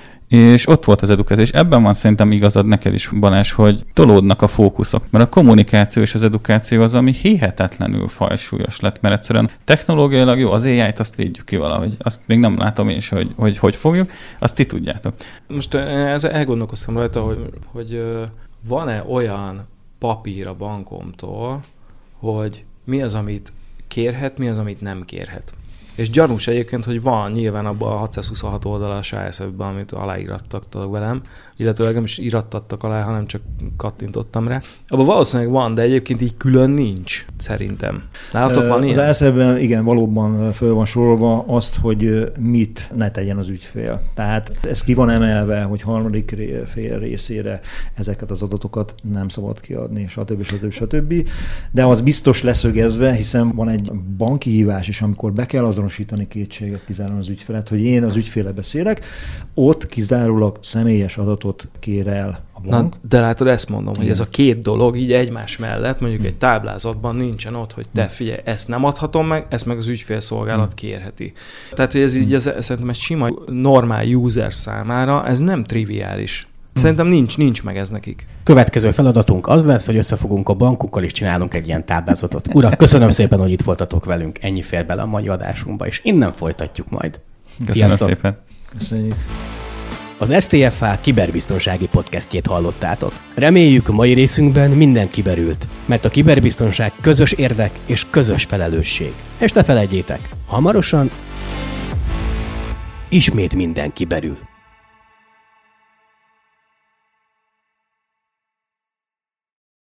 És ott volt az edukáció, és ebben van szerintem igazad neked is, Balázs, hogy tolódnak a fókuszok, mert a kommunikáció és az edukáció az, ami hihetetlenül fajsúlyos lett, mert egyszerűen technológiailag jó, az á í-t azt védjük ki valahogy, azt még nem látom én is, hogy hogy, hogy fogjuk, azt ti tudjátok. Most ezzel elgondolkoztam rajta, hogy, hogy van-e olyan papír a bankomtól, hogy mi az, amit kérhet, mi az, amit nem kérhet. És gyanús egyébként, hogy van nyilván abban a hatszázhuszonhat oldalas á es ef-ben, amit aláírattattak velem, illetőleg nem is irattattak alá, hanem csak kattintottam rá. Abban valószínűleg van, de egyébként így külön nincs, szerintem. Nálatok van ilyen? Az á es ef-ben igen, valóban föl van sorolva azt, hogy mit ne tegyen az ügyfél. Tehát ez ki van emelve, hogy harmadik fél részére ezeket az adatokat nem szabad kiadni, stb. stb. stb. De az biztos leszögezve, hiszen van egy banki hívás is, amikor be kell azonosítani kétséget kizárólag az ügyfelet, hogy én az ügyféle beszélek, ott kizárólag személyes adatot kér el a bank. Na, de látod, ezt mondom, igen. hogy ez a két dolog így egymás mellett, mondjuk egy táblázatban nincsen ott, hogy te figyelj, ezt nem adhatom meg, ezt meg az ügyfélszolgálat kérheti. Tehát, hogy ez így, ez, szerintem egy sima, normál user számára, ez nem triviális. Szerintem nincs, nincs meg ez nekik. Következő feladatunk az lesz, hogy összefogunk a bankukkal, és csinálunk egy ilyen táblázatot. Urak, köszönöm szépen, hogy itt voltatok velünk. Ennyi fér bele a mai adásunkba, és innen folytatjuk majd. Köszönöm Sziasztok. szépen. Köszönjük. Az es té ef há kiberbiztonsági podcastjét hallottátok. Reméljük, mai részünkben minden kiberült, mert a kiberbiztonság közös érdek és közös felelősség. És ne felejtjétek, hamarosan ismét minden kiberül.